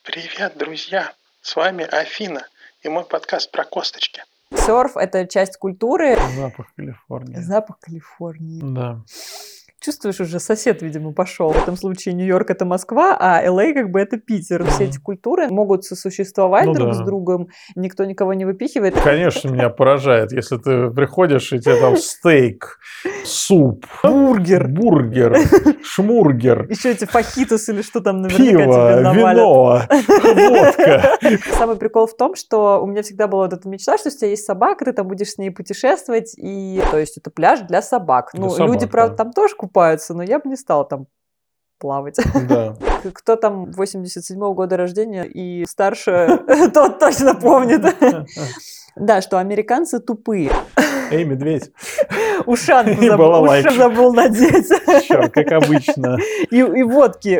Привет, друзья! С вами Афина и мой подкаст про косточки. Серф – это часть культуры. Запах Калифорнии. Запах Калифорнии. Да. Чувствуешь, уже сосед, видимо, пошел. В этом случае Нью-Йорк – это Москва, а Л.А. как бы это Питер. Все эти культуры могут сосуществовать друг с другом, никто никого не выпихивает. Конечно, меня поражает, если ты приходишь, и тебе там стейк, суп, бургер, шмургер, еще эти фахитос или что там наверняка тебе навалят. Вино, водка. Самый прикол в том, что у меня всегда была вот эта мечта, что у тебя есть собака, ты там будешь с ней путешествовать, и то есть это пляж для собак. Люди, правда, там тоже купаются, но я бы не стала там плавать. Да. Кто там 87-го года рождения и старше, тот точно помнит. Да, что американцы тупые. Эй, медведь. Ушанку забыл надеть. Черт, как обычно. И водки.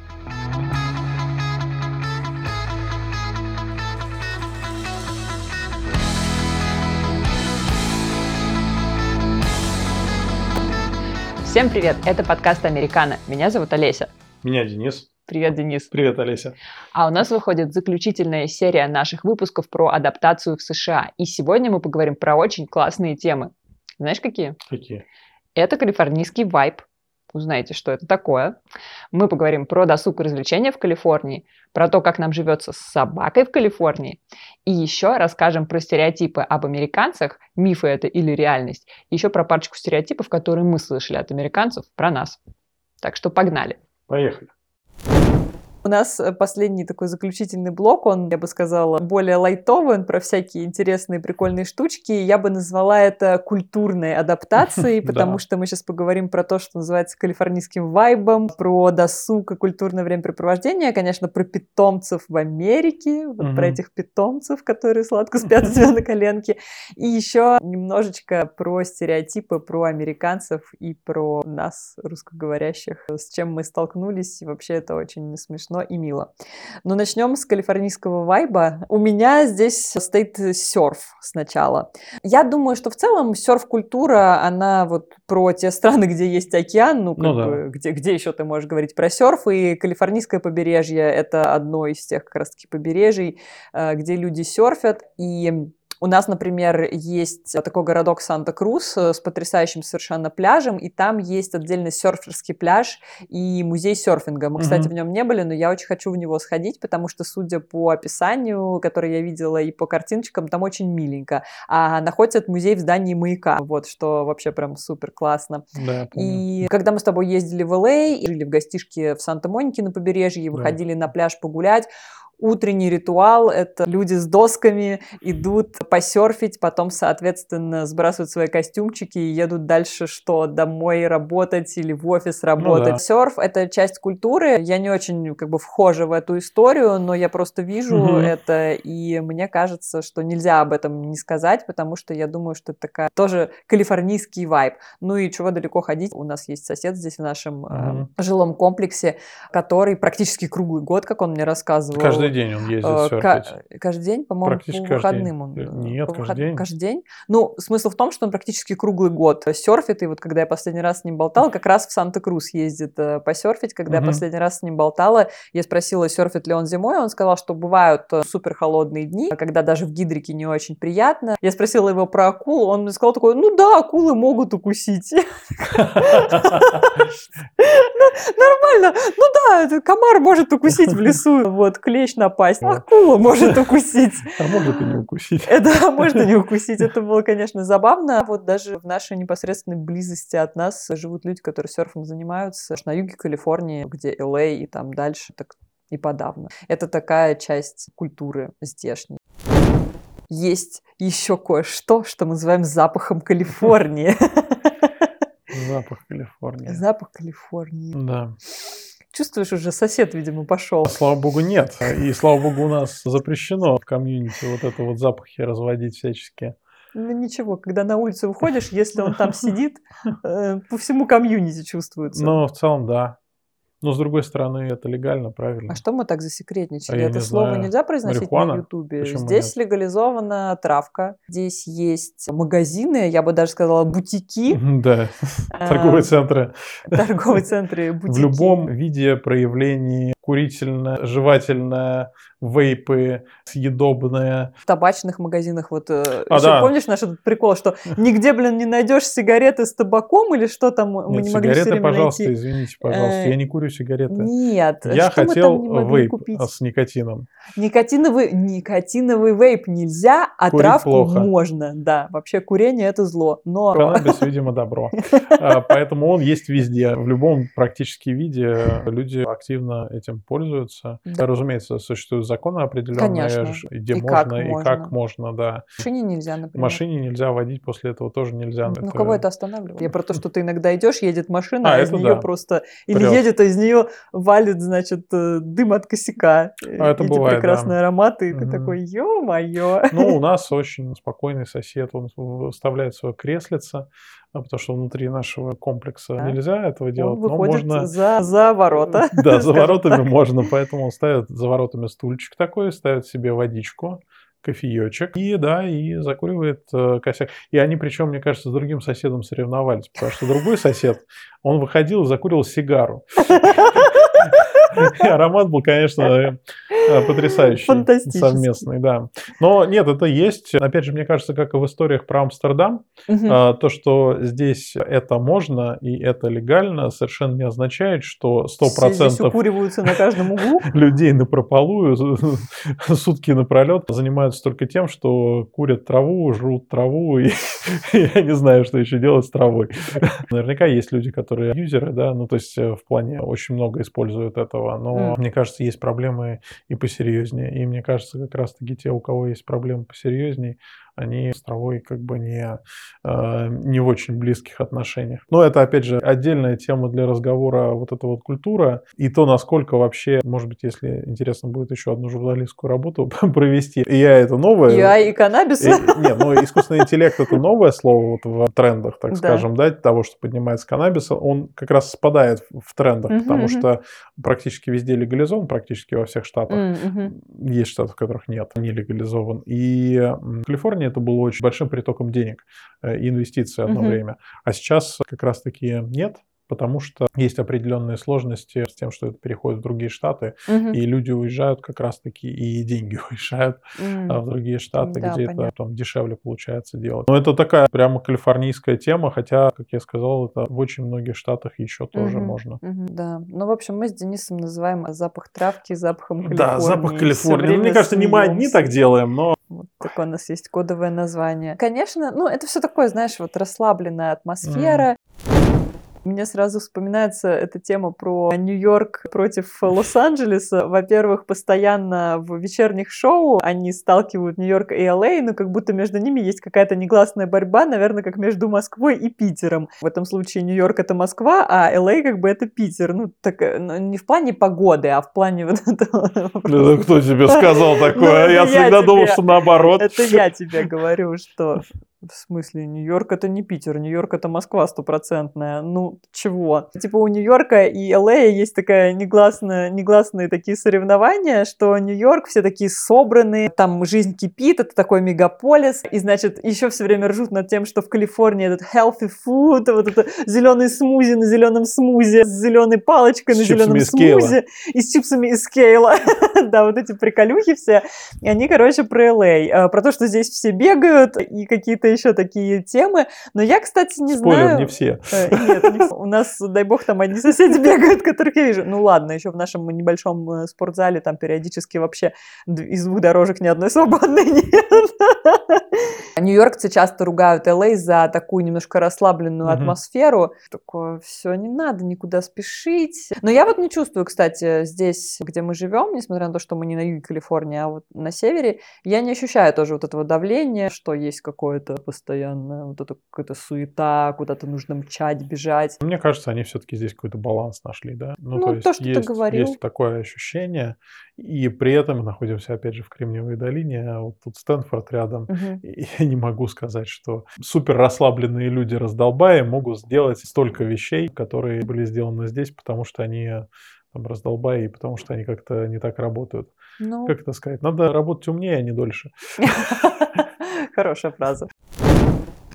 Всем привет, это подкаст «Американо». Меня зовут Олеся. Меня Денис. Привет, Денис. Привет, Олеся. А у нас выходит заключительная серия наших выпусков про адаптацию в США. И сегодня мы поговорим про очень классные темы. Знаешь, какие? Какие? Это калифорнийский вайб. Узнаете, что это такое. Мы поговорим про досуг и развлечения в Калифорнии, про то, как нам живется с собакой в Калифорнии. И еще расскажем про стереотипы об американцах, мифы это или реальность. И еще про парочку стереотипов, которые мы слышали от американцев про нас. Так что погнали. Поехали. У нас последний такой заключительный блок, он, я бы сказала, более лайтовый, он про всякие интересные прикольные штучки. Я бы назвала это культурной адаптацией, потому что мы сейчас поговорим про то, что называется калифорнийским вайбом, про досуг и культурное времяпрепровождение, конечно, про питомцев в Америке, вот про этих питомцев, которые сладко спят у тебя на коленке, и еще немножечко про стереотипы, про американцев и про нас, русскоговорящих, с чем мы столкнулись, и вообще это очень смешно и мило. Но начнем с калифорнийского вайба. У меня здесь стоит серф сначала. Я думаю, что в целом серф-культура, она вот про те страны, где есть океан, где еще ты можешь говорить про серф, и калифорнийское побережье — это одно из тех как раз-таки побережий, где люди серфят, и у нас, например, есть такой городок Санта-Крус с потрясающим совершенно пляжем, и там есть отдельно серферский пляж и музей серфинга. Мы, кстати, в нем не были, но я очень хочу в него сходить, потому что, судя по описанию, которое я видела, и по картиночкам, там очень миленько. А находится этот музей в здании маяка, вот, что вообще прям супер классно. Да, и когда мы с тобой ездили в Л.А., жили в гостишке в Санта-Монике на побережье, выходили на пляж погулять, утренний ритуал – это люди с досками идут посерфить, потом, соответственно, сбрасывают свои костюмчики и едут дальше что? Домой работать или в офис работать. Серф – это часть культуры. Я не очень вхожа в эту историю, но я просто вижу это, и мне кажется, что нельзя об этом не сказать, потому что я думаю, что это такая тоже калифорнийский вайб. Ну и чего далеко ходить? У нас есть сосед здесь в нашем жилом комплексе, который практически круглый год, как он мне рассказывал. Каждый день он ездит серфить. Каждый день, по-моему, по выходным он. Нет, каждый день. Каждый день? Ну, смысл в том, что он практически круглый год серфит, и вот когда я последний раз с ним болтала, как раз в Санта-Крус ездит посерфить. Когда я последний раз с ним болтала, я спросила, серфит ли он зимой, он сказал, что бывают супер холодные дни, когда даже в гидрике не очень приятно. Я спросила его про акул, он мне сказал такой: ну да, акулы могут укусить. Нормально, ну да, комар может укусить в лесу, вот, клещ напасть, акула может укусить. А может и не укусить. Да, может и не укусить. Это было, конечно, забавно. Вот даже в нашей непосредственной близости от нас живут люди, которые серфом занимаются. На юге Калифорнии, где Л.А. и там дальше, так и подавно. Это такая часть культуры здешней. Есть еще кое-что, что мы называем запахом Калифорнии. Запах Калифорнии. Запах Калифорнии. Да. Чувствуешь, уже сосед, видимо, пошел. Слава богу, нет. И слава богу, у нас запрещено в комьюнити вот это вот запахи разводить всячески. Ну ничего, когда на улицу выходишь, если он там сидит, по всему комьюнити чувствуется. Ну, в целом, да. Но, с другой стороны, это легально, правильно. А что мы так засекретничали? Я это не слово знаю. нельзя произносить Марихуана? на Ютубе. Почему Здесь нет? легализована травка. Здесь есть магазины, я бы даже сказала, бутики. Да, торговые центры. Торговые центры, бутики. В любом виде проявлений курительное, жевательное, вейпы, съедобное. В табачных магазинах вот еще да. помнишь наш этот прикол, что нигде, блин, не найдешь сигареты с табаком или что там мы Нет, не могли все сигареты, время пожалуйста, найти. извините, пожалуйста, я не курю сигареты. Нет, Я что мы хотел там не могли вейп купить? с никотином. Никотиновый вейп нельзя, а Курить травку плохо. можно. Да, вообще курение это зло. Но Каннабис, видимо, добро. Поэтому он есть везде. В любом практически виде люди активно этим пользуются. Да. Разумеется, существуют законы определенные, Конечно. где И можно, как и как можно, да. в машине нельзя, В например. машине нельзя водить, после этого тоже нельзя. Ну, кого это останавливает? Я про то, что ты иногда идешь, едет машина, а из это нее да. просто... Или Прёт. едет, а из нее валит, значит, дым от косяка. Это Эти бывает, прекрасные ароматы, и ты Мгм. такой, ё-моё. Ну, у нас очень спокойный сосед, он вставляет свое креслице, потому что внутри нашего комплекса Да. нельзя этого Он делать, но выходит можно... за ворота. Да, за скажем воротами так. можно, поэтому он ставит за воротами стульчик такой, ставит себе водичку, кофеечек, и да, и закуривает косяк. И они, причем, мне кажется, с другим соседом соревновались, потому что другой сосед, он выходил и закуривал сигару. И аромат был, конечно, потрясающий, Фантастический. совместный, да. Но нет, это есть. Опять же, мне кажется, как и в историях про Амстердам, Мгм. то, что здесь это можно и это легально, совершенно не означает, что Все здесь 100% укуриваются на каждом углу. людей напропалую сутки напролет занимаются только тем, что курят траву, жрут траву, и я не знаю, что еще делать с травой. Наверняка есть люди, которые юзеры, да, ну то есть в плане очень много используют этого, но мне кажется, есть проблемы и посерьезнее. И мне кажется, как раз-таки те, у кого есть проблемы посерьезнее, они с травой как бы не в очень близких отношениях. Но это, опять же, отдельная тема для разговора, вот эта вот культура, и то, насколько вообще, может быть, если интересно будет еще одну журналистскую работу провести, AI это новое. AI и каннабис. Нет, ну искусственный интеллект это новое слово вот в трендах, так Да. скажем, да, того, что поднимается каннабис, он как раз спадает в трендах, Мгм, потому мгм. что практически везде легализован, практически во всех штатах. Мгм. Есть штаты, в которых нет, не легализован. И в Калифорнии это было очень большим притоком денег и инвестиций одно Мгм. время. А сейчас как раз-таки нет, потому что есть определенные сложности с тем, что это переходит в другие штаты, Мгм. и люди уезжают как раз-таки, и деньги уезжают в другие штаты, Да, где понятно. это там дешевле получается делать. Но это такая прямо калифорнийская тема, хотя, как я сказал, это в очень многих штатах еще тоже Мгм. можно. Мгм. Да. Ну, в общем, мы с Денисом называем запах травки запахом Калифорнии. Да, запах и всё Калифорнии. Ну, мне время кажется, не мы одни смеемся. так делаем, но Вот такое у нас есть кодовое название. Конечно, ну, это все такое, знаешь, вот расслабленная атмосфера. Мне сразу вспоминается эта тема про Нью-Йорк против Лос-Анджелеса. Во-первых, постоянно в вечерних шоу они сталкивают Нью-Йорк и Л.А., но как будто между ними есть какая-то негласная борьба, наверное, как между Москвой и Питером. В этом случае Нью-Йорк — это Москва, а Л.А. как бы это Питер. Ну, так, ну, не в плане погоды, а в плане вот этого. это кто тебе сказал Ну, такое? это Я я всегда думал, тебе- что наоборот. Это я тебе говорю, что... В смысле, Нью-Йорк — это не Питер, Нью-Йорк — это Москва стопроцентная. Ну, чего? Типа у Нью-Йорка и Л.А. есть такая негласные такие соревнования, что Нью-Йорк все такие собранные, там жизнь кипит, это такой мегаполис. И, значит, еще все время ржут над тем, что в Калифорнии этот healthy food, вот это зеленый смузи на зеленом смузи, с зеленой палочкой С на чипсами зеленом из Кейла. смузи и с чипсами из Кейла. Да, вот эти приколюхи все. И они, короче, про Л.А. Про то, что здесь все бегают и какие-то еще такие темы. Но я, кстати, не Спойлер, знаю... не все. Нет, не все. У нас, дай бог, там одни соседи бегают, которых я вижу. Ну ладно, еще в нашем небольшом спортзале там периодически вообще из двух дорожек ни одной свободной нет. Нью-Йоркцы часто ругают Л.А. за такую немножко расслабленную Мгм. атмосферу. Такое, все, не надо никуда спешить. Но я вот не чувствую, кстати, здесь, где мы живем, несмотря на то, что мы не на юге Калифорнии, а вот на севере, я не ощущаю тоже вот этого давления, что есть какое-то постоянное, вот это какая-то суета, куда-то нужно мчать, бежать. Мне кажется, они все-таки здесь какой-то баланс нашли, да? Ну, то есть то, что ты есть, говорил. есть такое ощущение, и при этом мы находимся, опять же, в Кремниевой долине, а вот тут Стэнфорд рядом, Мгм. и я не могу сказать, что супер расслабленные люди-раздолбаи могут сделать столько вещей, которые были сделаны здесь, потому что они там раздолбаи, и потому что они как-то не так работают. Ну, Как это сказать? Надо работать умнее, а не дольше. хорошая фраза.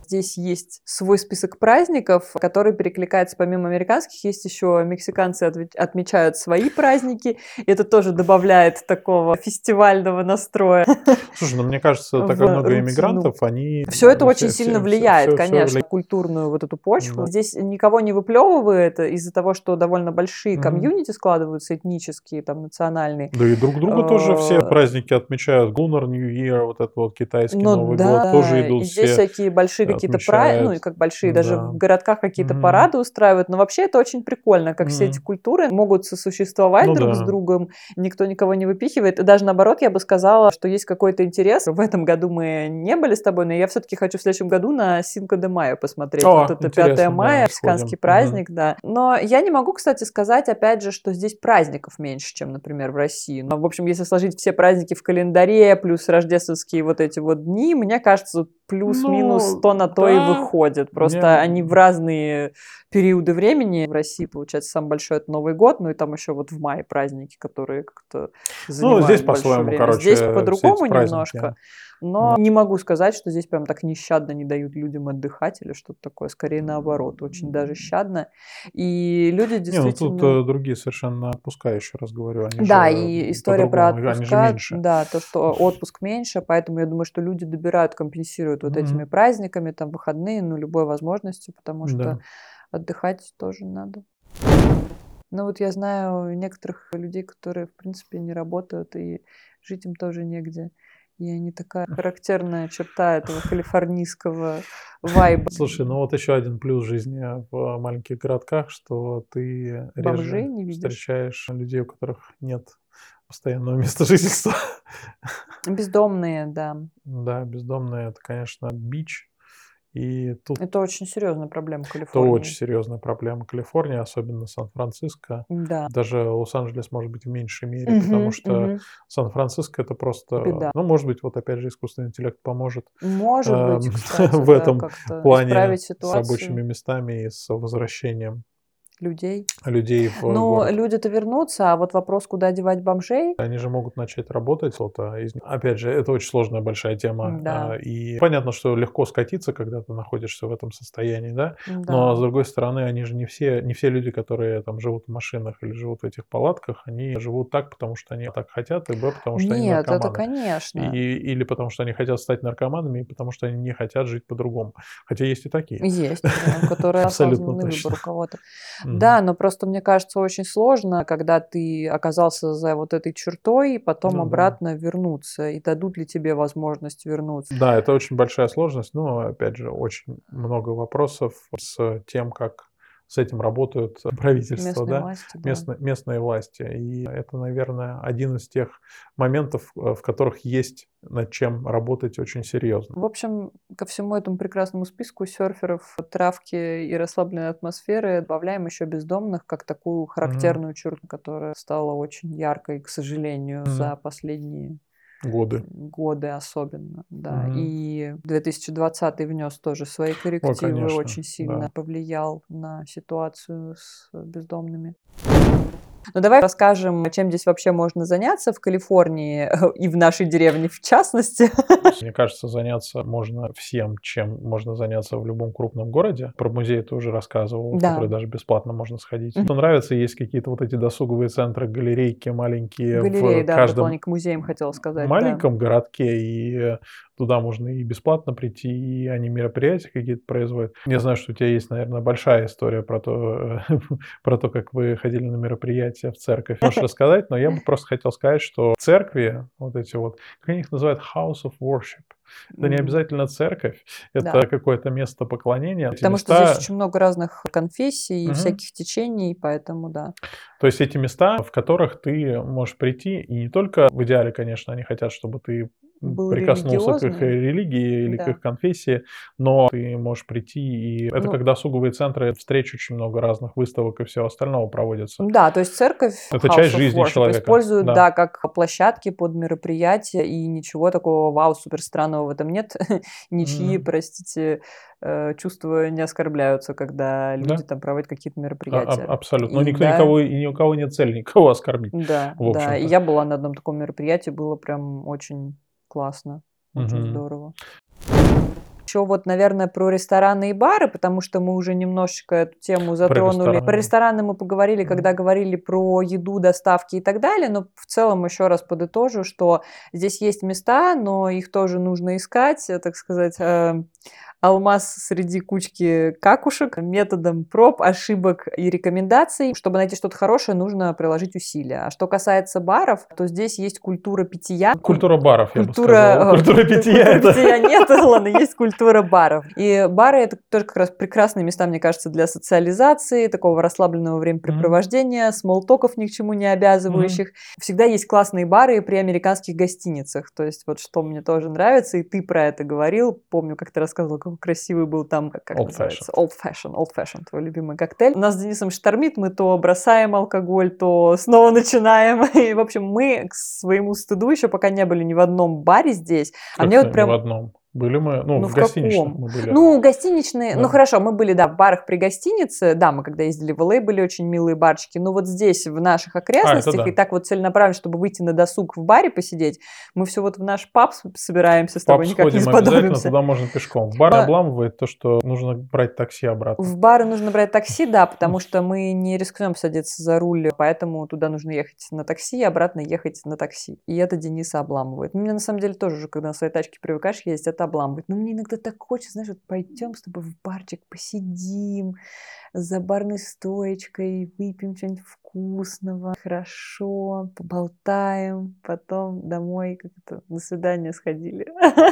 Здесь есть свой список праздников, который перекликается помимо американских. Есть еще мексиканцы отмечают свои праздники. Это тоже добавляет такого фестивального настроя. Слушай, ну мне кажется, так как много иммигрантов, они... Все это очень сильно влияет, конечно, на культурную вот эту почву. Здесь никого не выплевывает из-за того, что довольно большие комьюнити складываются, этнические, там, национальные. Да и друг друга тоже все праздники отмечают. Lunar New Year, вот этот вот китайский Новый год, тоже идут все. Здесь всякие большие какие-то праздники, ну и как большие, даже в городках какие-то парады устраивают. Но вообще это очень прикольно, как все эти культуры могут сосуществовать друг с другом, никто никого не выпихивает. И даже наоборот, я бы сказала, что есть какой-то интерес. В этом году мы не были с тобой, но я все-таки хочу в следующем году на Cinco de Mayo посмотреть. Вот это 5 мая, мексиканский праздник, да. Но я не могу, кстати, сказать, опять же, что здесь праздников меньше, чем, например, в России. Но, в общем, если сложить все праздники в календаре, плюс рождественские вот эти вот дни, мне кажется, плюс-минус то на то и выходит. Просто они в разные периоды времени. В России, получается, самый большой это Новый год, ну и там еще вот в мае праздники, которые как-то занимают здесь большое по-своему, время. короче, здесь по-другому праздники, немножко. Но не могу сказать, что здесь прям так нещадно не дают людям отдыхать или что-то такое. Скорее наоборот, очень даже щадно. И люди действительно... тут другие совершенно отпуска, еще раз говорю. Они и история про отпуска. Они же меньше. Да, то, что отпуск меньше, поэтому я думаю, что люди добирают, компенсируют вот этими праздниками, там, выходные, любой возможностью, потому что отдыхать тоже надо. Ну вот я знаю некоторых людей, которые, в принципе, не работают, и жить им тоже негде. И они такая характерная черта этого калифорнийского вайба. Слушай, вот еще один плюс жизни в маленьких городках, что ты реже встречаешь людей, у которых нет постоянного места жительства. Бездомные, да. Да, бездомные, это, конечно, бич. И тут это очень серьезная проблема Калифорнии. Это очень серьезная проблема Калифорнии, особенно Сан-Франциско. Да. Даже Лос-Анджелес, может быть, в меньшей мере, потому что Сан-Франциско это просто... Беда. может быть, вот опять же искусственный интеллект поможет. Может быть, кстати, в этом плане с рабочими местами и с возвращением людей в город. Люди-то вернутся, а вот вопрос, куда девать бомжей? Они же могут начать работать. Опять же, это очень сложная большая тема. Да. И понятно, что легко скатиться, когда ты находишься в этом состоянии, да? Но, с другой стороны, они же не все люди, которые там живут в машинах или живут в этих палатках, они живут так, потому что они так хотят, и потому что они наркоманы. Нет, это конечно. Или потому что они хотят стать наркоманами, и потому что они не хотят жить по-другому. Хотя есть и такие. Есть, которые осознанный выбор у кого-то. Да, но просто мне кажется очень сложно, когда ты оказался за вот этой чертой, и потом обратно вернуться. И дадут ли тебе возможность вернуться? Да, это очень большая сложность, но, опять же, очень много вопросов с тем, как с этим работают правительства, местные власти. И это, наверное, один из тех моментов, в которых есть над чем работать очень серьезно. В общем, ко всему этому прекрасному списку серферов, травки и расслабленной атмосферы добавляем еще бездомных, как такую характерную черту, которая стала очень яркой, к сожалению, за последние годы особенно, да. И 2020 внес тоже свои коррективы, очень сильно повлиял на ситуацию с бездомными. Ну, давай расскажем, чем здесь вообще можно заняться в Калифорнии и в нашей деревне в частности. Мне кажется, заняться можно всем, чем можно заняться в любом крупном городе. Про музей ты уже рассказывал, в который даже бесплатно можно сходить. Что нравится, есть какие-то вот эти досуговые центры, галерейки маленькие. Галереи, в каждом к музеям хотела сказать. Маленьком городке, и туда можно и бесплатно прийти, и они мероприятия какие-то производят. Я знаю, что у тебя есть, наверное, большая история про то, как вы ходили на мероприятия в церковь. Можешь рассказать, но я бы просто хотел сказать, что церкви, вот эти вот, как они их называют, house of worship, это не обязательно церковь, это какое-то место поклонения. Потому что здесь очень много разных конфессий и всяких течений, поэтому да. То есть эти места, в которых ты можешь прийти, и не только в идеале, конечно, они хотят, чтобы ты прикоснулся к их религии или к их конфессии, но ты можешь прийти, и это как досуговые центры, встреч очень много разных выставок и всего остального проводится. Да, то есть церковь, это часть жизни человека, используют, как площадки под мероприятия, и ничего такого супер странного в этом нет. Ничьи, простите, чувства не оскорбляются, когда люди там проводят какие-то мероприятия. Абсолютно. Но ни у кого нет цели никого оскорбить. Да, и я была на одном таком мероприятии, было прям очень классно, очень здорово. Еще вот, наверное, про рестораны и бары, потому что мы уже немножечко эту тему затронули. Про рестораны мы поговорили, когда говорили про еду, доставки и так далее, но в целом еще раз подытожу, что здесь есть места, но их тоже нужно искать, так сказать, алмаз среди кучки какушек, методом проб, ошибок и рекомендаций. Чтобы найти что-то хорошее, нужно приложить усилия. А что касается баров, то здесь есть культура питья. Культура баров, я бы сказал. Культура питья. Культура питья нет, ладно, есть культура баров. И бары — это тоже как раз прекрасные места, мне кажется, для социализации, такого расслабленного времяпрепровождения, смолтоков ни к чему не обязывающих. Всегда есть классные бары при американских гостиницах. То есть вот что мне тоже нравится, и ты про это говорил. Помню, как ты рассказывал, красивый был там, как называется? Old Fashion, твой любимый коктейль. У нас с Денисом штормит, мы то бросаем алкоголь, то снова начинаем. И, в общем, мы к своему стыду еще пока не были ни в одном баре здесь. А мне вот прям... Ни в одном. Были мы, в гостиничных мы были. Гостиничные, да. Хорошо, мы были, в барах при гостинице, мы когда ездили в LA, были очень милые барчики, но вот здесь, в наших окрестностях, и так вот целенаправленно, чтобы выйти на досуг в баре посидеть, мы все вот в наш паб собираемся с тобой, никак не сподобимся. Туда можно пешком. В бар обламывает то, что нужно брать такси обратно. В бары нужно брать такси, да, потому что мы не рискнем садиться за руль, поэтому туда нужно ехать на такси, и обратно ехать на такси. И это Дениса обламывает. Мне на самом деле тоже уже, когда на своей тачке привыкаешь ездить, это обламывает. Но мне иногда так хочется, знаешь, вот пойдем с тобой в барчик, посидим за барной стоечкой, выпьем что-нибудь вкусного, хорошо, поболтаем, потом домой как-то на свидание сходили.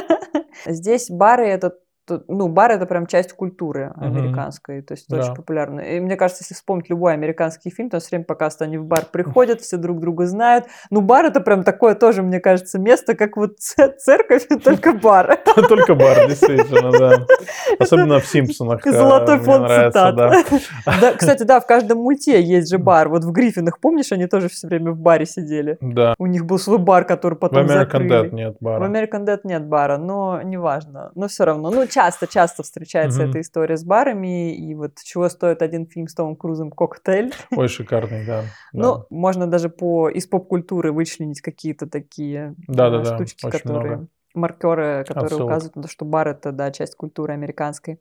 Здесь бары — это бар — это прям часть культуры американской, то есть очень популярно. И мне кажется, если вспомнить любой американский фильм, то все время, пока они в бар приходят, все друг друга знают. Бар — это прям такое тоже, мне кажется, место, как вот церковь, только бар. Только бар, действительно, да. Особенно в «Симпсонах». Золотой фонд цитат. Да, кстати, в каждом мульте есть же бар. Вот в «Гриффинах», помнишь, они тоже все время в баре сидели? Да. У них был свой бар, который потом закрыли. В American Dad нет бара. В American Dad нет бара, но неважно. Но все равно, часто встречается эта история с барами, и вот чего стоит один фильм с Томом Крузом «Коктейль». Ой, шикарный, да. Можно даже из поп-культуры вычленить какие-то такие штучки, которые... маркеры, которые указывают на то, что бар — это, часть культуры американской.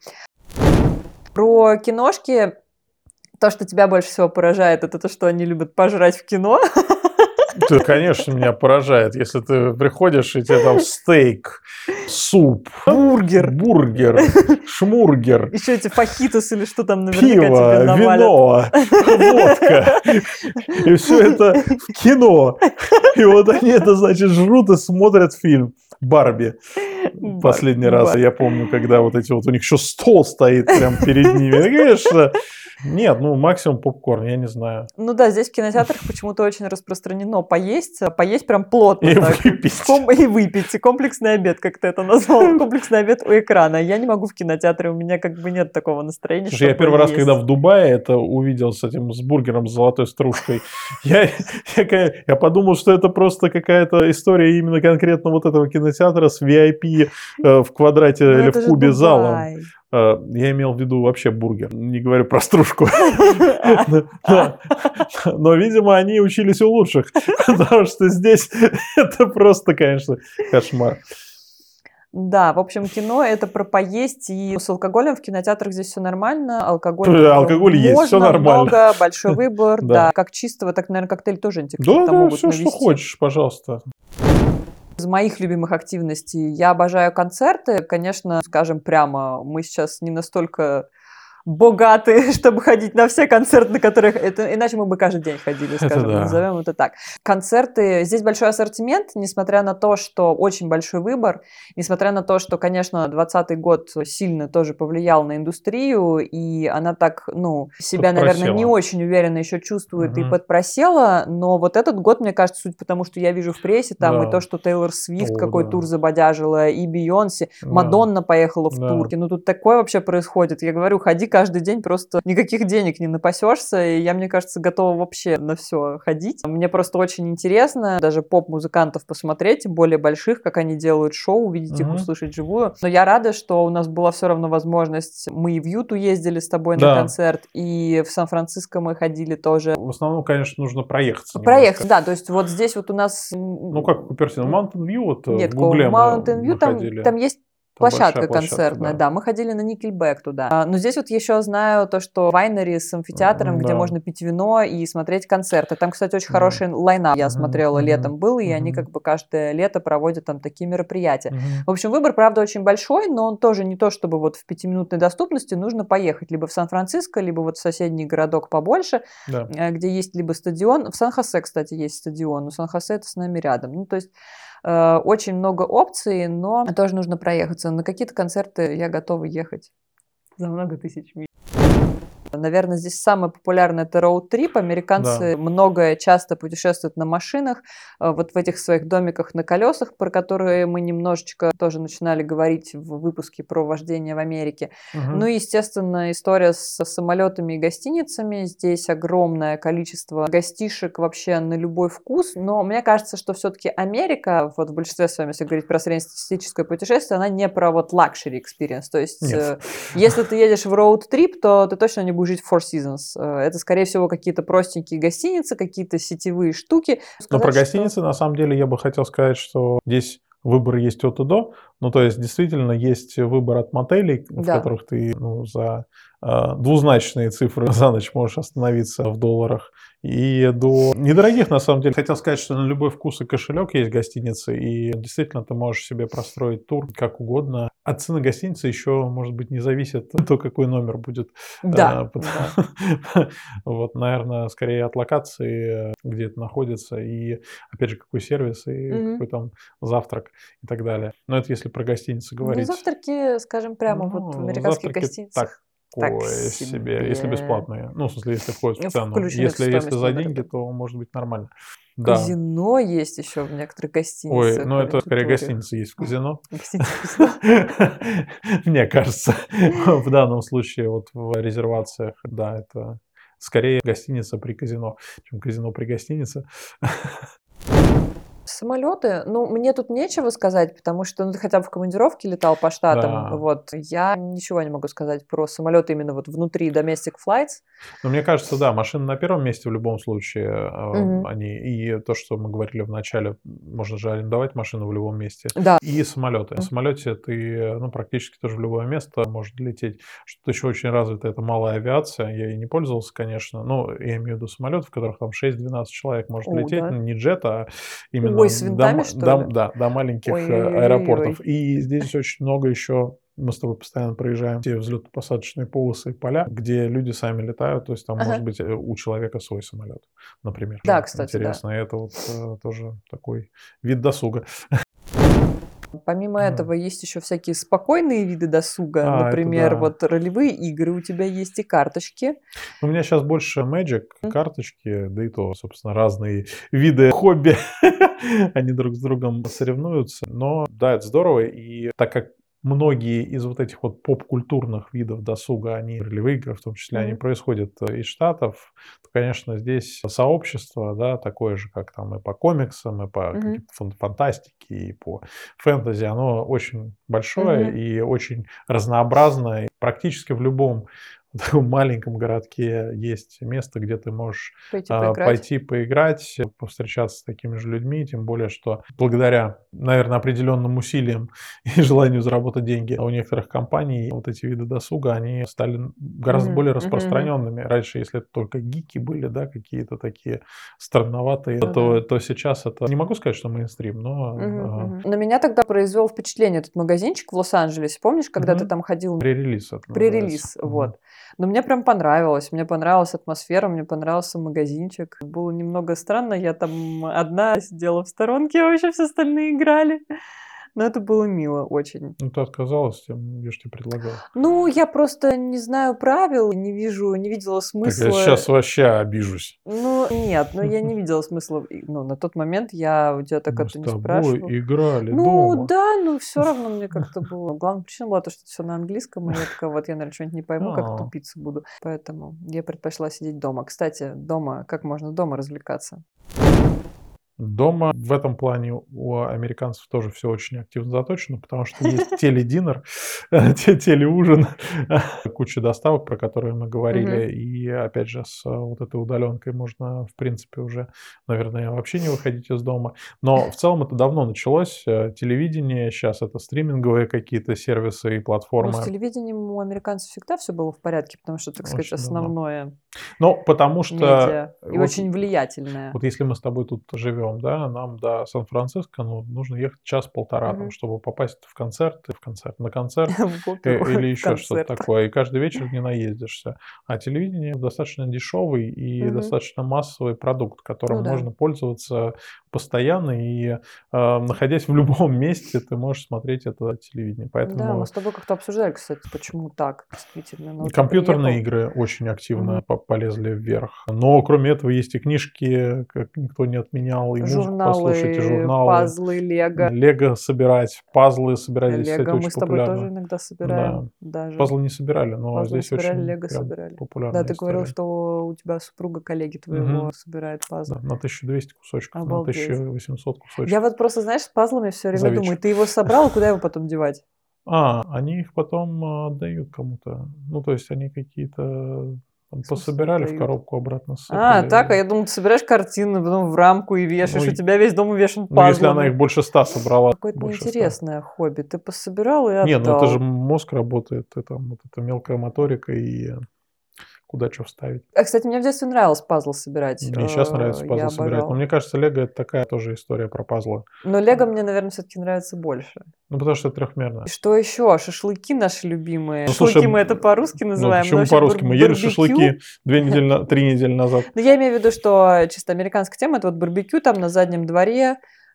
Про киношки. То, что тебя больше всего поражает, это то, что они любят пожрать в кино. Да, конечно, меня поражает, если ты приходишь, и тебе там стейк, суп, бургер, шмургер, еще эти фахитос или что там наверняка тебе навалят. Вино, водка. И все это в кино. И вот они это, значит, жрут и смотрят фильм «Барби». Последний раз я помню, когда вот эти вот у них еще стол стоит прямо перед ними. Конечно, нет, максимум попкорн, я не знаю. Здесь в кинотеатрах почему-то очень распространено поесть прям плотно. И выпить. И выпить. Комплексный обед, как ты это назвал. Комплексный обед у экрана. Я не могу в кинотеатре, у меня нет такого настроения. Слушай, я первый раз, когда в Дубае это увидел с бургером с золотой стружкой, я подумал, что это просто какая-то история именно конкретно вот этого кинотеатра с VIP в квадрате или в кубе залом. Я имел в виду вообще бургер, не говорю про стружку. Но, видимо, они учились у лучших, потому что здесь это просто, конечно, кошмар. Да, в общем, кино — это про поесть, и с алкоголем в кинотеатрах здесь все нормально. Алкоголь есть, все нормально. Много, большой выбор, да. Как чистого, так, наверное, коктейль тоже антикварта могут все, навести. Что хочешь, пожалуйста. Из моих любимых активностей я обожаю концерты. Конечно, скажем прямо, мы сейчас не настолько богаты, чтобы ходить на все концерты, на которых... иначе мы бы каждый день ходили, скажем, назовем это так. Концерты... Здесь большой ассортимент, несмотря на то, что очень большой выбор, несмотря на то, что, конечно, 2020 год сильно тоже повлиял на индустрию, и она так, себя, наверное, не очень уверенно еще чувствует и подпросела, но вот этот год, мне кажется, суть потому, что я вижу в прессе там и то, что Тейлор Свифт какой тур забодяжила, и Бейонсе, Мадонна поехала в тур. Тут такое вообще происходит. Я говорю, ходи каждый день, просто никаких денег не напасешься, и я, мне кажется, готова вообще на все ходить. Мне просто очень интересно даже поп-музыкантов посмотреть, тем более больших, как они делают шоу, увидеть их, услышать живую. Но я рада, что у нас была все равно возможность. Мы и в Юту ездили с тобой на концерт, и в Сан-Франциско мы ходили тоже. В основном, конечно, нужно проехаться. Проехаться, да, то есть вот здесь вот у нас... как в Купертино, Mountain View, нет, в Гугле Mountain View, там есть Площадка концертная, да. Мы ходили на Nickelback туда. Но здесь вот еще знаю то, что Winery с амфитеатром, где можно пить вино и смотреть концерты. Там, кстати, очень хороший лайнап. Я смотрела, летом был, и они как бы каждое лето проводят там такие мероприятия. В общем, выбор, правда, очень большой, но он тоже не то, чтобы вот в 5-минутной доступности. Нужно поехать либо в Сан-Франциско, либо вот в соседний городок побольше, где есть либо стадион. В Сан-Хосе, кстати, есть стадион, но Сан-Хосе это с нами рядом. Ну, то есть очень много опций, но тоже нужно проехаться. На какие-то концерты я готова ехать за много тысяч миль. Наверное, здесь самое популярное это роуд-трип. Американцы часто путешествуют на машинах, вот в этих своих домиках на колесах, про которые мы немножечко тоже начинали говорить в выпуске про вождение в Америке. Ну и, естественно, история с самолетами и гостиницами. Здесь огромное количество гостишек вообще на любой вкус, но мне кажется, что все-таки Америка, вот в большинстве своем, если говорить про среднестатистическое путешествие, она не про вот luxury experience. То есть, если ты едешь в роуд-трип, то ты точно не будешь жить в Four Seasons. Это, скорее всего, какие-то простенькие гостиницы, какие-то сетевые штуки. Но про гостиницы, на самом деле, я бы хотел сказать, что здесь выбор есть от и до. Ну, то есть, действительно, есть выбор от мотелей, в которых ты за двузначные цифры за ночь можешь остановиться в долларах, и до недорогих, на самом деле. Хотел сказать, что на любой вкус и кошелек есть гостиницы, и действительно ты можешь себе простроить тур как угодно. От цены гостиницы еще, может быть, не зависит то, какой номер будет. Вот, наверное, скорее от локации, где это находится, и, опять же, какой сервис, и какой там завтрак и так далее. Но это если про гостиницы говорить. Ну, завтраки, скажем прямо, вот в американских гостиницах. Такое себе, если бесплатные. Ну, в смысле, если входит в цену. Если за деньги, то может быть нормально. Казино есть еще в некоторых гостиницах. Ой, ну это скорее гостиницы есть в казино. Мне кажется, в данном случае вот в резервациях, да, это скорее гостиница при казино, чем казино при гостинице. Самолеты, мне тут нечего сказать, потому что ты хотя бы в командировке летал по штатам. Вот, я ничего не могу сказать про самолеты именно вот внутри domestic flights. Ну, мне кажется, да, машины на первом месте в любом случае. Они, и то, что мы говорили в начале, можно же арендовать машину в любом месте. Да. И самолеты. В самолете ты практически тоже в любое место можешь лететь. Что-то еще очень развито, это малая авиация. Я ей не пользовался, конечно, но я имею в виду самолеты, в которых там 6-12 человек может лететь. Да. Не джет, а именно с винтами, что ли? До маленьких аэропортов. И здесь очень много еще. Мы с тобой постоянно проезжаем те взлетно-посадочные полосы и поля, где люди сами летают. То есть там может быть у человека свой самолет, например. Да, кстати, интересно. И это вот тоже такой вид досуга. Помимо этого есть еще всякие спокойные виды досуга. Например, вот ролевые игры, у тебя есть и карточки. У меня сейчас больше Magic, карточки, да и то, собственно, разные виды хобби. Они друг с другом соревнуются. Но да, это здорово. И так как многие из вот этих вот поп-культурных видов досуга, они, ролевые игры в том числе, они происходят из Штатов, то, конечно, здесь сообщество, да, такое же, как там и по комиксам, и по фантастике, и по фэнтези, оно очень большое и очень разнообразное. И практически в любом в таком маленьком городке есть место, где ты можешь пойти поиграть, повстречаться с такими же людьми, тем более, что благодаря, наверное, определенным усилиям и желанию заработать деньги у некоторых компаний, вот эти виды досуга, они стали гораздо более распространенными. Раньше, если это только гики были, да, какие-то такие странноватые, то сейчас это, не могу сказать, что мейнстрим, но... На меня тогда произвел впечатление этот магазинчик в Лос-Анджелесе. Помнишь, когда ты там ходил? Пререлиз. Пререлиз, вот. Но мне прям понравилось. Мне понравилась атмосфера, мне понравился магазинчик. Было немного странно, я там одна сидела в сторонке, а вообще все остальные играли. Но это было мило очень. Ну, ты отказалась тем, я же тебе предлагал. Ну, я просто не знаю правил, не видела смысла. Так я сейчас вообще обижусь. Ну, нет, я не видела смысла. На тот момент я у тебя так это не спрашивала. Мы с тобой играли дома. Ну, да, все равно мне как-то было. Главная причина была то, что все на английском, и я такая, вот я, наверное, что-нибудь не пойму, как тупиться буду. Поэтому я предпочла сидеть дома. Кстати, дома, как можно дома развлекаться? Дома в этом плане у американцев тоже все очень активно заточено, потому что есть телединер, телеужин, куча доставок, про которые мы говорили. И опять же, с вот этой удаленкой можно, в принципе, уже, наверное, вообще не выходить из дома. Но в целом это давно началось. Телевидение, сейчас это стриминговые какие-то сервисы и Ну, с платформы. телевидением у американцев всегда все было в порядке, потому что, так сказать, Очень давно. основное Ну, потому что медиа и вот очень влиятельное. вот если мы с тобой тут живем, да, нам до Сан-Франциско, ну, нужно ехать час-полтора, там, Мгм. чтобы попасть на концерт В оперу, или в еще что-то концерт. такое. И каждый вечер не наездишься. А телевидение достаточно дешевый и Мгм. достаточно массовый продукт, которым Ну да. можно пользоваться постоянно. И находясь в любом месте, ты можешь смотреть это телевидение. Да, мы Поэтому с тобой как-то обсуждали, кстати, почему так, действительно. Ну, вот я компьютерные приехал. игры очень активно Мгм. полезли вверх. Но кроме этого есть и книжки, как никто не отменял, и музыку послушать, и Журналы, журналы. пазлы, лего. Лего собирать, пазлы собирать. Здесь, кстати, Лего мы очень с тобой тоже популярно. иногда Да. собираем даже. Пазлы не собирали, но Пазлы не здесь собирали, очень лего прям собирали. Да, популярная ты говорил, история. что у тебя супруга коллеги твоего Мгм. собирает Да, пазлы. на 1200 кусочков, на Обалдеть. 1800 Я кусочков вот просто, знаешь, с пазлами все за время думаю, вечер. ты его собрал, куда его потом девать? Они их потом отдают кому-то. Ну, то есть они какие-то там В смысле пособирали, в отдают? коробку обратно А, сыпали. так, а я думаю, ты собираешь картины, потом в рамку и Ну, вешаешь, у и- тебя весь дом увешан ну, если она пазлами. их больше 100 собрала, Какое-то больше 100. неинтересное хобби. Ты пособирал и Не, ну это же отдал. мозг работает, и там вот эта мелкая моторика и куда что вставить. А, кстати, мне в детстве нравилось пазл собирать. Мне и сейчас нравится Я пазлы собирать, но обожала. мне кажется, Лего это такая тоже история про пазлы. Но лего мне, наверное, все-таки нравится больше. Ну, потому что это трехмерно. И что еще? Шашлыки наши любимые. Ну, Шашлыки слушай, мы это по-русски ну называем. но почему вообще по-русски? Мы ели барбекю. шашлыки 3 недели назад. Ну, я имею в виду, что чисто американская тема, это вот барбекю там на заднем дворе,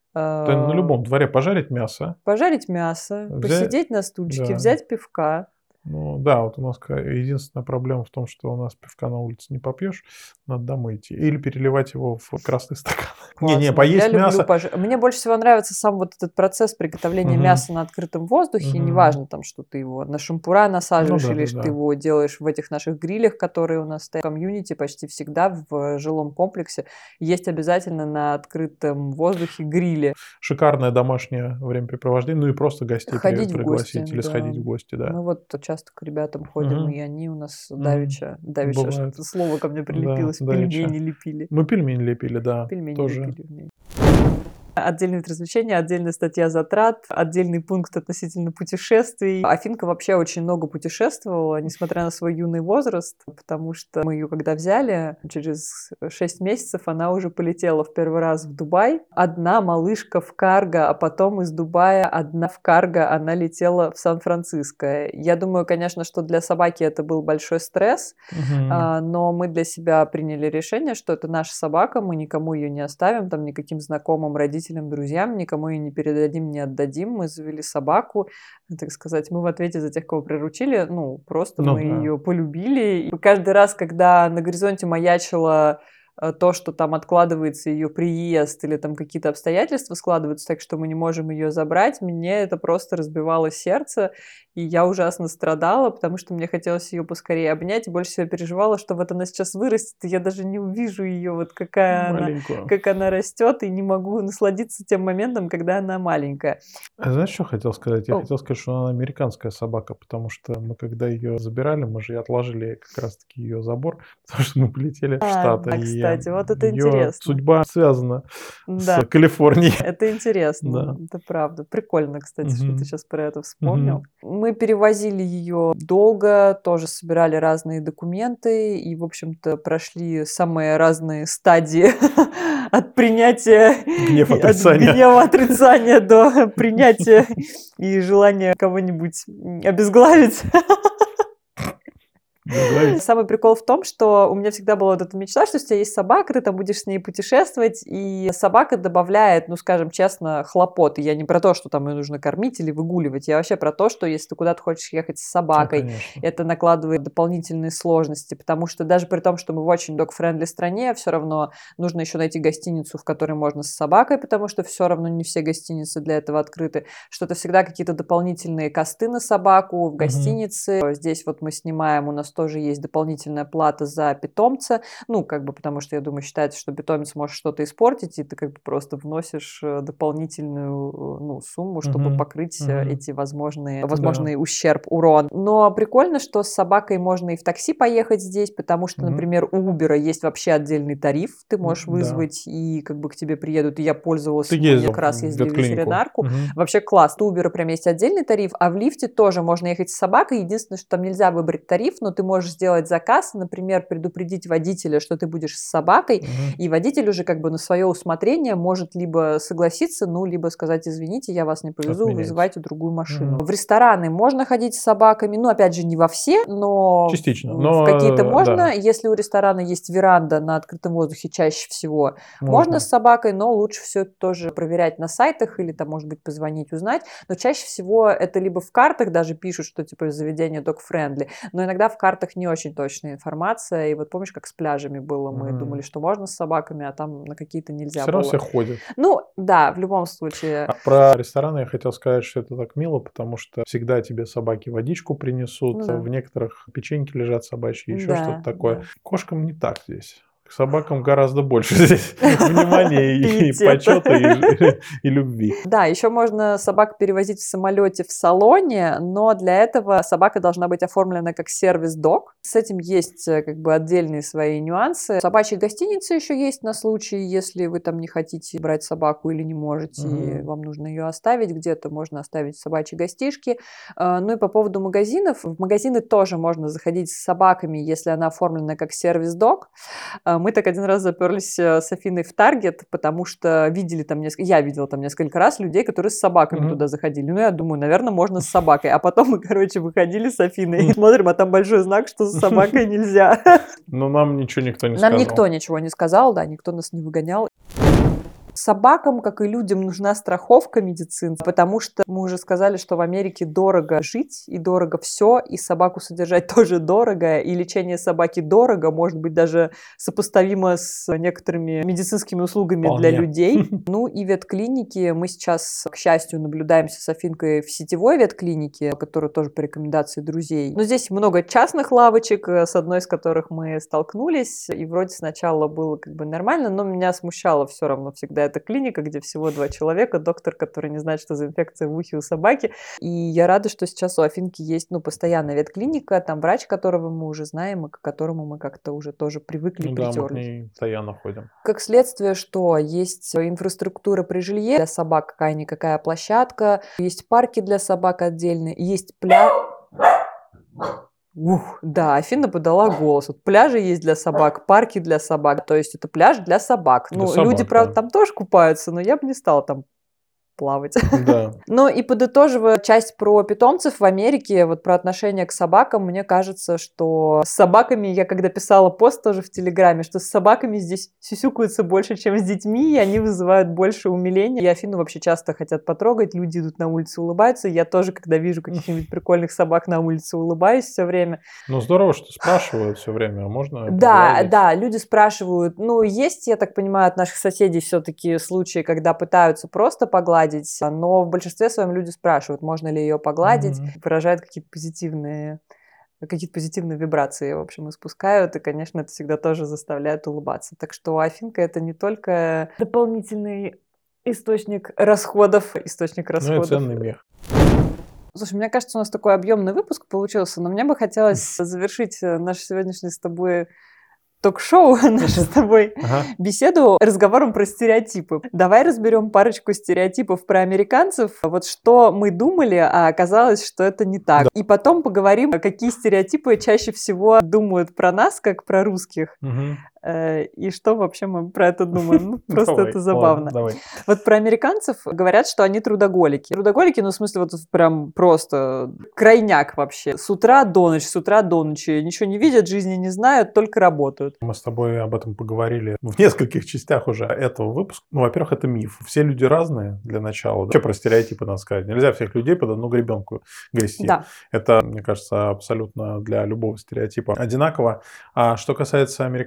Да на любом дворе пожарить мясо, пожарить мясо, взять, посидеть на стульчике, да. взять пивка. Ну да, вот у нас единственная проблема в том, что у нас пивка на улице не попьешь, надо домой идти. Или переливать его в красный стакан. Не-не, Классно. поесть Я люблю мясо. Мне больше всего нравится сам вот этот процесс приготовления Мгм. мяса на открытом воздухе. Мгм. Неважно, там, что ты его на шампура Ну насаживаешь да, или да, что да. ты его делаешь в этих наших грилях, которые у нас стоят в комьюнити почти всегда в жилом комплексе. Есть обязательно на открытом воздухе грили. Шикарное домашнее времяпрепровождение, ну и просто гостей Ходить в пригласить гости, или да. сходить в гости, да. Мы вот часто к ребятам ходим, Мгм. и они у нас Мгм. давеча Бывает. что-то слово ко мне Да, прилепилось, давеча. пельмени лепили. Мы пельмени лепили, да, Пельмени тоже. лепили вместе. Отдельный вид развлечения, отдельная статья затрат, отдельный пункт относительно путешествий. Афинка вообще очень много путешествовала, несмотря на свой юный возраст, потому что мы ее когда взяли, через 6 месяцев она уже полетела в первый раз в Дубай. Одна малышка в карго, а потом из Дубая одна в карго она летела в Сан-Франциско. Я думаю, конечно, что для собаки это был большой стресс, Мгм. но мы для себя приняли решение, что это наша собака, мы никому ее не оставим, там никаким знакомым, родителям, друзьям, никому ее не передадим, не отдадим. Мы завели собаку, так сказать, мы в ответе за тех, кого приручили, просто Ну мы да. ее полюбили. И каждый раз, когда на горизонте маячило то, что там откладывается ее приезд или там какие-то обстоятельства складываются так, что мы не можем ее забрать, мне это просто разбивало сердце, и я ужасно страдала, потому что мне хотелось ее поскорее обнять, и больше всего переживала, что вот она сейчас вырастет, и я даже не увижу ее, вот какая она, Маленькую. как она растет, и не могу насладиться тем моментом, когда она маленькая. А знаешь, что хотел сказать? Я О. хотел сказать, что она американская собака, потому что мы, когда ее забирали, мы же и отложили как раз-таки ее забор, потому что мы полетели в Штаты. Да, и кстати, вот это её интересно. судьба связана Да. с Калифорнией. Это интересно, Да. это правда. Прикольно, кстати, что Мгм. ты сейчас про это вспомнил. Мы перевозили ее долго, тоже собирали разные документы и, в общем-то, прошли самые разные стадии от принятия Гнев, от отрицания. гнева, отрицания до принятия и желания кого-нибудь обезглавить. Обезглавить. Самый прикол в том, что у меня всегда была вот эта мечта, что у тебя есть собака, ты там будешь с ней путешествовать, и собака добавляет, скажем честно, хлопот. И я не про то, что там ее нужно кормить или выгуливать, я вообще про то, что если ты куда-то хочешь ехать с собакой, конечно. это накладывает дополнительные сложности, потому что даже при том, что мы в очень dog-friendly стране, все равно нужно еще найти гостиницу, в которой можно с собакой, потому что все равно не все гостиницы для этого открыты, что это всегда какие-то дополнительные косты на собаку в гостинице. Здесь вот мы снимаем, у нас нас тоже есть дополнительная плата за питомца. Ну, как бы, потому что, я думаю, считается, что питомец может что-то испортить, и ты как бы просто вносишь дополнительную, ну, сумму, чтобы покрыть эти возможный ущерб, урон. Но прикольно, что с собакой можно и в такси поехать здесь, потому что, например, у Uber есть вообще отдельный тариф, ты можешь вызвать, и как бы к тебе приедут, и я пользовалась, как раз ездили в ветеринарку. Вообще класс. У Uber прям есть отдельный тариф, а в лифте тоже можно ехать с собакой. Единственное, что там нельзя выбрать тариф, но ты можешь сделать заказ, например, предупредить водителя, что ты будешь с собакой, и водитель уже как бы на свое усмотрение может либо согласиться, ну, либо сказать: извините, я вас не повезу, вызывайте другую машину. В рестораны можно ходить с собаками, ну, опять же, не во все, но частично. В какие-то можно. Если у ресторана есть веранда на открытом воздухе, чаще всего можно с собакой, но лучше все это тоже проверять на сайтах или там, может быть, позвонить, узнать. Но чаще всего это либо в картах даже пишут, что типа заведение dog-friendly, но иногда в картах не очень точная информация. И вот помнишь, как с пляжами было? Мы думали, что можно с собаками, а там на какие-то нельзя все было. Все равно все ходят. Ну, да, в любом случае. А про рестораны я хотел сказать, что это так мило, потому что всегда тебе собаки водичку принесут, в некоторых печеньки лежат собачьи, еще что-то такое. Да. Кошкам не так здесь. К собакам гораздо больше здесь внимания и почета, и любви. Да, еще можно собак перевозить в самолете в салоне, но для этого собака должна быть оформлена как сервис-дог. С этим есть как бы отдельные свои нюансы. Собачьи гостиницы еще есть на случай, если вы там не хотите брать собаку или не можете, и вам нужно ее оставить где-то, можно оставить собачьи гостишки. Ну и по поводу магазинов. В магазины тоже можно заходить с собаками, если она оформлена как сервис-дог. Мы так один раз заперлись с Афиной в Таргет, потому что я видела там несколько раз людей, которые с собаками туда заходили. Ну, я думаю, наверное, можно с собакой. А потом мы, выходили с Афиной и смотрим, а там большой знак, что с собакой нельзя. Но нам ничего никто не сказал. Нам никто ничего не сказал, да, никто нас не выгонял. Собакам, как и людям, нужна страховка медицинская, потому что мы уже сказали, что в Америке дорого жить и дорого все, и собаку содержать тоже дорого, и лечение собаки дорого, может быть, даже сопоставимо с некоторыми медицинскими услугами для людей. Ну и ветклиники. Мы сейчас, к счастью, наблюдаемся с Афинкой в сетевой ветклинике, которая тоже по рекомендации друзей. Но здесь много частных лавочек, с одной из которых мы столкнулись, и вроде сначала было как бы нормально, но меня смущало все равно всегда эта клиника, где всего 2 человека, доктор, который не знает, что за инфекция в ухе у собаки. И я рада, что сейчас у Афинки есть, постоянная ветклиника, там врач, которого мы уже знаем, и к которому мы как-то уже тоже привыкли, притерлись. Да, мы к ней постоянно ходим. Как следствие, что есть инфраструктура при жилье для собак, какая-никакая площадка, есть парки для собак отдельные, есть пляж. Да, Афина подала голос. Вот пляжи есть для собак, парки для собак. То есть это пляж для собак. Люди, правда, там тоже купаются, но я бы не стала там плавать. Да. Ну и подытоживая часть про питомцев в Америке, вот про отношение к собакам, мне кажется, что с собаками, я когда писала пост тоже в Телеграме, что с собаками здесь сюсюкаются больше, чем с детьми, и они вызывают больше умиления. И Афину вообще часто хотят потрогать, люди идут на улицу, улыбаются. Я тоже, когда вижу каких-нибудь прикольных собак на улице, улыбаюсь все время. Ну здорово, что спрашивают все время, а можно Да, люди спрашивают. Ну, есть, я так понимаю, от наших соседей все-таки случаи, когда пытаются просто погладить, но в большинстве своем люди спрашивают, можно ли ее погладить, выражают какие-то позитивные вибрации, в общем, испускают, и, конечно, это всегда тоже заставляет улыбаться. Так что Афинка — это не только дополнительный источник расходов. Ну и ценный мех. Слушай, мне кажется, у нас такой объемный выпуск получился, но мне бы хотелось завершить наш сегодняшний с тобой ток-шоу, нашу с тобой беседу разговором про стереотипы. Давай разберем парочку стереотипов про американцев. Вот что мы думали, а оказалось, что это не так. Да. И потом поговорим, какие стереотипы чаще всего думают про нас, как про русских. И что вообще мы про это думаем. Просто это забавно. Вот про американцев говорят, что они трудоголики. Трудоголики, в смысле, вот прям просто крайняк вообще. С утра до ночи. Ничего не видят, жизни не знают, только работают. Мы с тобой об этом поговорили в нескольких частях уже этого выпуска. Во-первых, это миф. Все люди разные для начала. Вообще про стереотипы надо сказать. Нельзя всех людей под одну гребенку грести. Да. Это, мне кажется, абсолютно для любого стереотипа одинаково. А что касается американцев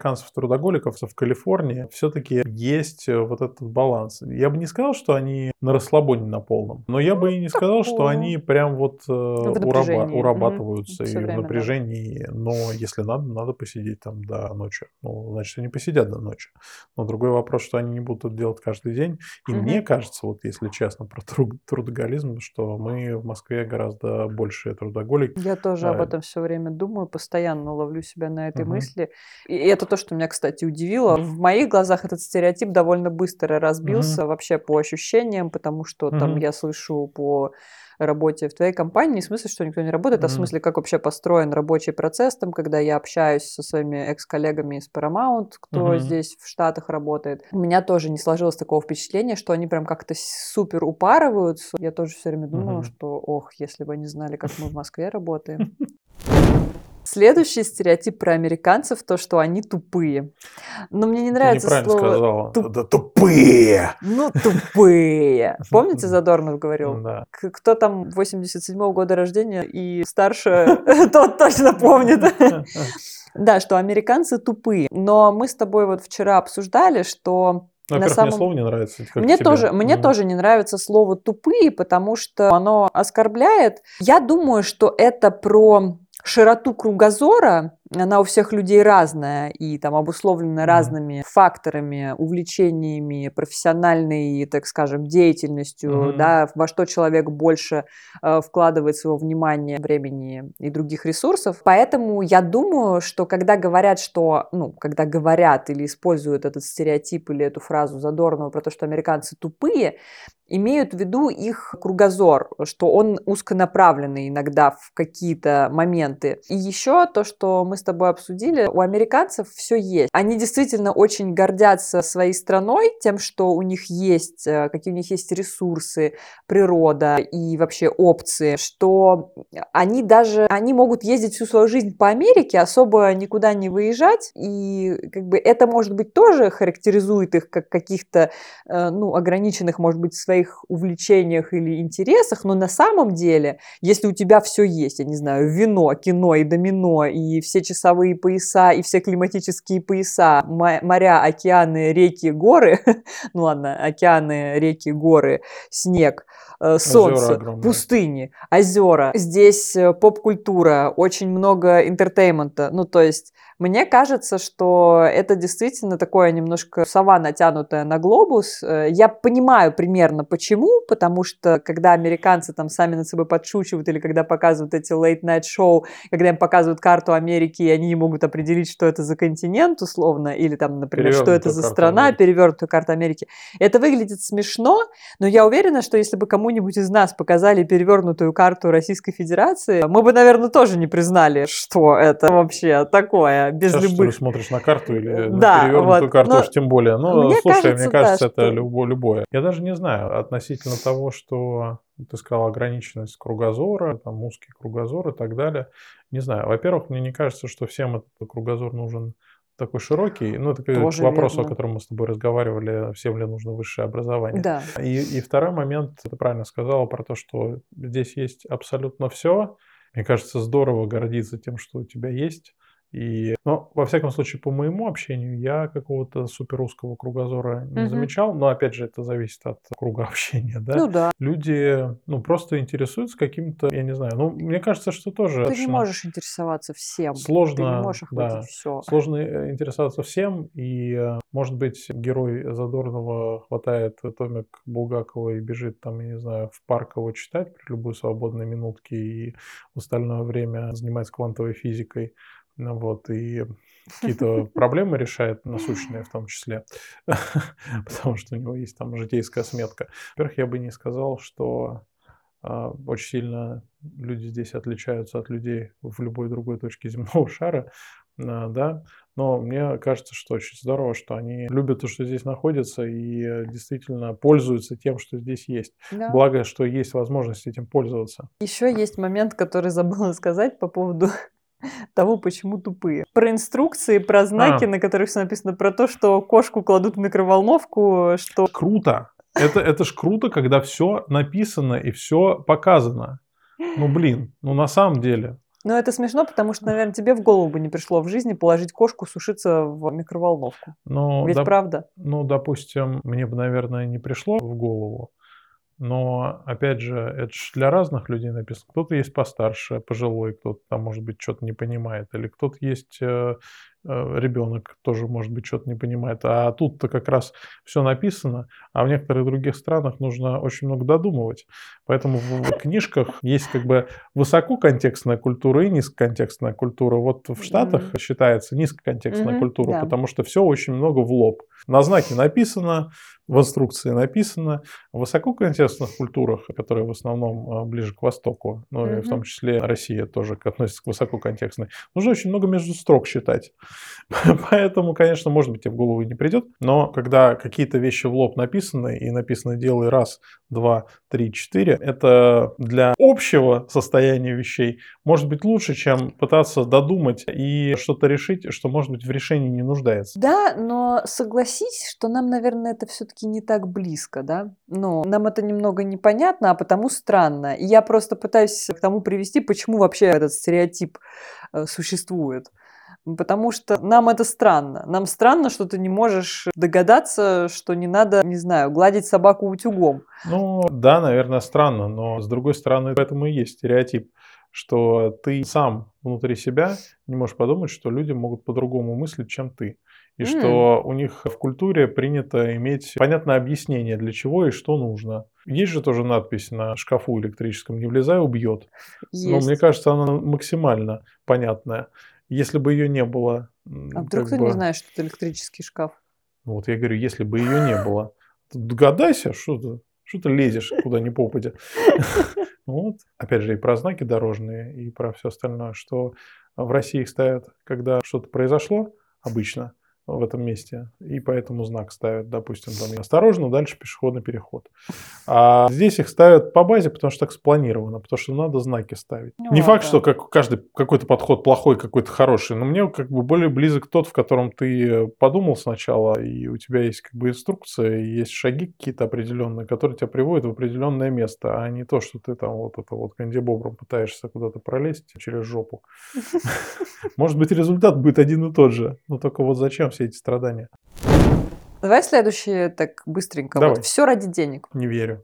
трудоголиков в Калифорнии все-таки есть вот этот баланс. Я бы не сказал, что они на расслабоне на полном, но я бы и не сказал, что они прям вот урабатываются и в напряжении. Но если надо посидеть там до ночи. Ну, значит, они посидят до ночи. Но другой вопрос, что они не будут это делать каждый день. И мне кажется, вот если честно про трудоголизм, что мы в Москве гораздо больше трудоголики. Я тоже об этом все время думаю, постоянно ловлю себя на этой мысли. И это то, что меня, кстати, удивило. В моих глазах этот стереотип довольно быстро разбился вообще по ощущениям, потому что там я слышу по работе в твоей компании, не в смысле, что никто не работает, а в смысле, как вообще построен рабочий процесс, там, когда я общаюсь со своими экс-коллегами из Paramount, кто здесь в Штатах работает. У меня тоже не сложилось такого впечатления, что они прям как-то супер упарываются. Я тоже все время думала, что, если бы они знали, как мы в Москве работаем. Следующий стереотип про американцев, то, что они тупые. Но мне не нравится слово... Ты неправильно сказала. Да тупые! Ну, тупые. Помните, Задорнов говорил? Да. Кто там 87-го года рождения и старше, тот точно помнит. Да, что американцы тупые. Но мы с тобой вот вчера обсуждали, что... Во-первых, мне слово не нравится. Мне тоже не нравится слово «тупые», потому что оно оскорбляет. Я думаю, что это про широту кругозора. Она у всех людей разная и там обусловлена разными факторами, увлечениями, профессиональной, так скажем, деятельностью, да, во что человек больше вкладывает своего внимания, времени и других ресурсов. Поэтому я думаю, что когда говорят, или используют этот стереотип или эту фразу Задорнова про то, что американцы тупые, имеют в виду их кругозор, что он узконаправленный иногда в какие-то моменты. И еще то, что мы с тобой обсудили, у американцев все есть. Они действительно очень гордятся своей страной, тем, что у них есть, какие у них есть ресурсы, природа и вообще опции, что они могут ездить всю свою жизнь по Америке, особо никуда не выезжать, и как бы это, может быть, тоже характеризует их как каких-то, ограниченных, может быть, в своих увлечениях или интересах, но на самом деле, если у тебя все есть, я не знаю, вино, кино и домино, и все часовые пояса, и все климатические пояса, моря, океаны, реки, горы, ну ладно, океаны, реки, горы, снег, солнце, пустыни, озера. Здесь поп-культура, очень много интертеймента. Ну, то есть, мне кажется, что это действительно такое немножко сова, натянутая на глобус. Я понимаю примерно почему, потому что когда американцы там сами над собой подшучивают, или когда показывают эти late-night шоу, когда им показывают карту Америки, и они не могут определить, что это за континент, условно, или там, например, что это за страна, перевернутую карту Америки. Это выглядит смешно, но я уверена, что если бы кому-нибудь из нас показали перевернутую карту Российской Федерации, мы бы, наверное, тоже не признали, что это вообще такое. Без сейчас, любых... что ли, смотришь на карту или на перевернутую карту, уж тем более. Ну, слушай, мне кажется, это любое. Я даже не знаю, относительно того, что ты сказал, ограниченность кругозора, там узкий кругозор и так далее. Не знаю. Во-первых, мне не кажется, что всем этот кругозор нужен такой широкий. Ну, это к вопросу, о котором мы с тобой разговаривали, всем ли нужно высшее образование. Да. И второй момент, ты правильно сказала про то, что здесь есть абсолютно все. Мне кажется, здорово гордиться тем, что у тебя есть. Но, во всяком случае, по моему общению, я какого-то супер узкого кругозора не замечал. Но, опять же, это зависит от круга общения, да? Ну да. Люди, просто интересуются каким-то, я не знаю. Мне кажется, что тоже... Ты не можешь интересоваться всем. Сложно, ты не можешь охватить все. Сложно интересоваться всем. И, может быть, герой Задорнова хватает томик Булгакова и бежит там, я не знаю, в парк его читать при любой свободной минутке и в остальное время занимается квантовой физикой. И какие-то проблемы решает, насущные в том числе, потому что у него есть там житейская сметка. Во-первых, я бы не сказал, что очень сильно люди здесь отличаются от людей в любой другой точке земного шара, да, но мне кажется, что очень здорово, что они любят то, что здесь находится, и действительно пользуются тем, что здесь есть. Да. Благо, что есть возможность этим пользоваться. Еще есть момент, который забыла сказать по поводу того, почему тупые. Про инструкции, про знаки, на которых все написано, про то, что кошку кладут в микроволновку, что... Круто! Это ж круто, когда все написано и все показано. На самом деле. Но это смешно, потому что, наверное, тебе в голову бы не пришло в жизни положить кошку сушиться в микроволновку. Ну, Ведь правда? допустим, мне бы, наверное, не пришло в голову. Но, опять же, это ж для разных людей написано. Кто-то есть постарше, пожилой, кто-то там, может быть, что-то не понимает. Или кто-то есть ребенок, тоже, может быть, что-то не понимает. А тут-то как раз все написано, а в некоторых других странах нужно очень много додумывать. Поэтому в книжках есть как бы высококонтекстная культура и низкоконтекстная культура. Вот в Штатах считается низкоконтекстная культура, да. потому что все очень много в лоб. На знаке написано, в инструкции написано. В высококонтекстных культурах, которые в основном ближе к Востоку, ну и в том числе Россия тоже относится к высококонтекстной, нужно очень много между строк читать. Поэтому, конечно, может быть, тебе в голову и не придет, но когда какие-то вещи в лоб написаны, и написано «делай раз, два, три, четыре», это для общего состояния вещей может быть лучше, чем пытаться додумать и что-то решить, что, может быть, в решении не нуждается. Да, но согласись, что нам, наверное, это все-таки не так близко, да? Ну, нам это немного непонятно, а потому странно. И я просто пытаюсь к тому привести, почему вообще этот стереотип существует. Потому что нам это странно. Нам странно, что ты не можешь догадаться, что не надо, не знаю, гладить собаку утюгом. Ну, да, наверное, странно, но с другой стороны, поэтому и есть стереотип, что ты сам внутри себя не можешь подумать, что люди могут по-другому мыслить, чем ты. И что у них в культуре принято иметь понятное объяснение, для чего и что нужно. Есть же тоже надпись на шкафу электрическом «Не влезай, убьет». Но мне Есть. кажется, она максимально понятная. Если бы ее не было, А вдруг ты не знаешь, что это электрический шкаф? вот я говорю, если бы ее не было, догадайся, что ты лезешь куда ни попадя. Вот. Опять же, и про знаки дорожные, и про все остальное, что в России их ставят, когда что-то произошло обычно в этом месте, и поэтому знак ставят, допустим, там осторожно, дальше пешеходный переход. А здесь их ставят по базе, потому что так спланировано, потому что надо знаки ставить. Ну Не факт, что ладно. каждый какой-то подход плохой, какой-то хороший, но мне как бы более близок тот, в котором ты подумал сначала, и у тебя есть как бы инструкция, и есть шаги какие-то определенные, которые тебя приводят в определенное место, а не то, что ты там вот это вот кандибобром пытаешься куда-то пролезть через жопу. Может быть, результат будет один и тот же, но только вот зачем все эти страдания? Давай следующее так быстренько. Давай. Вот все ради денег. Не верю.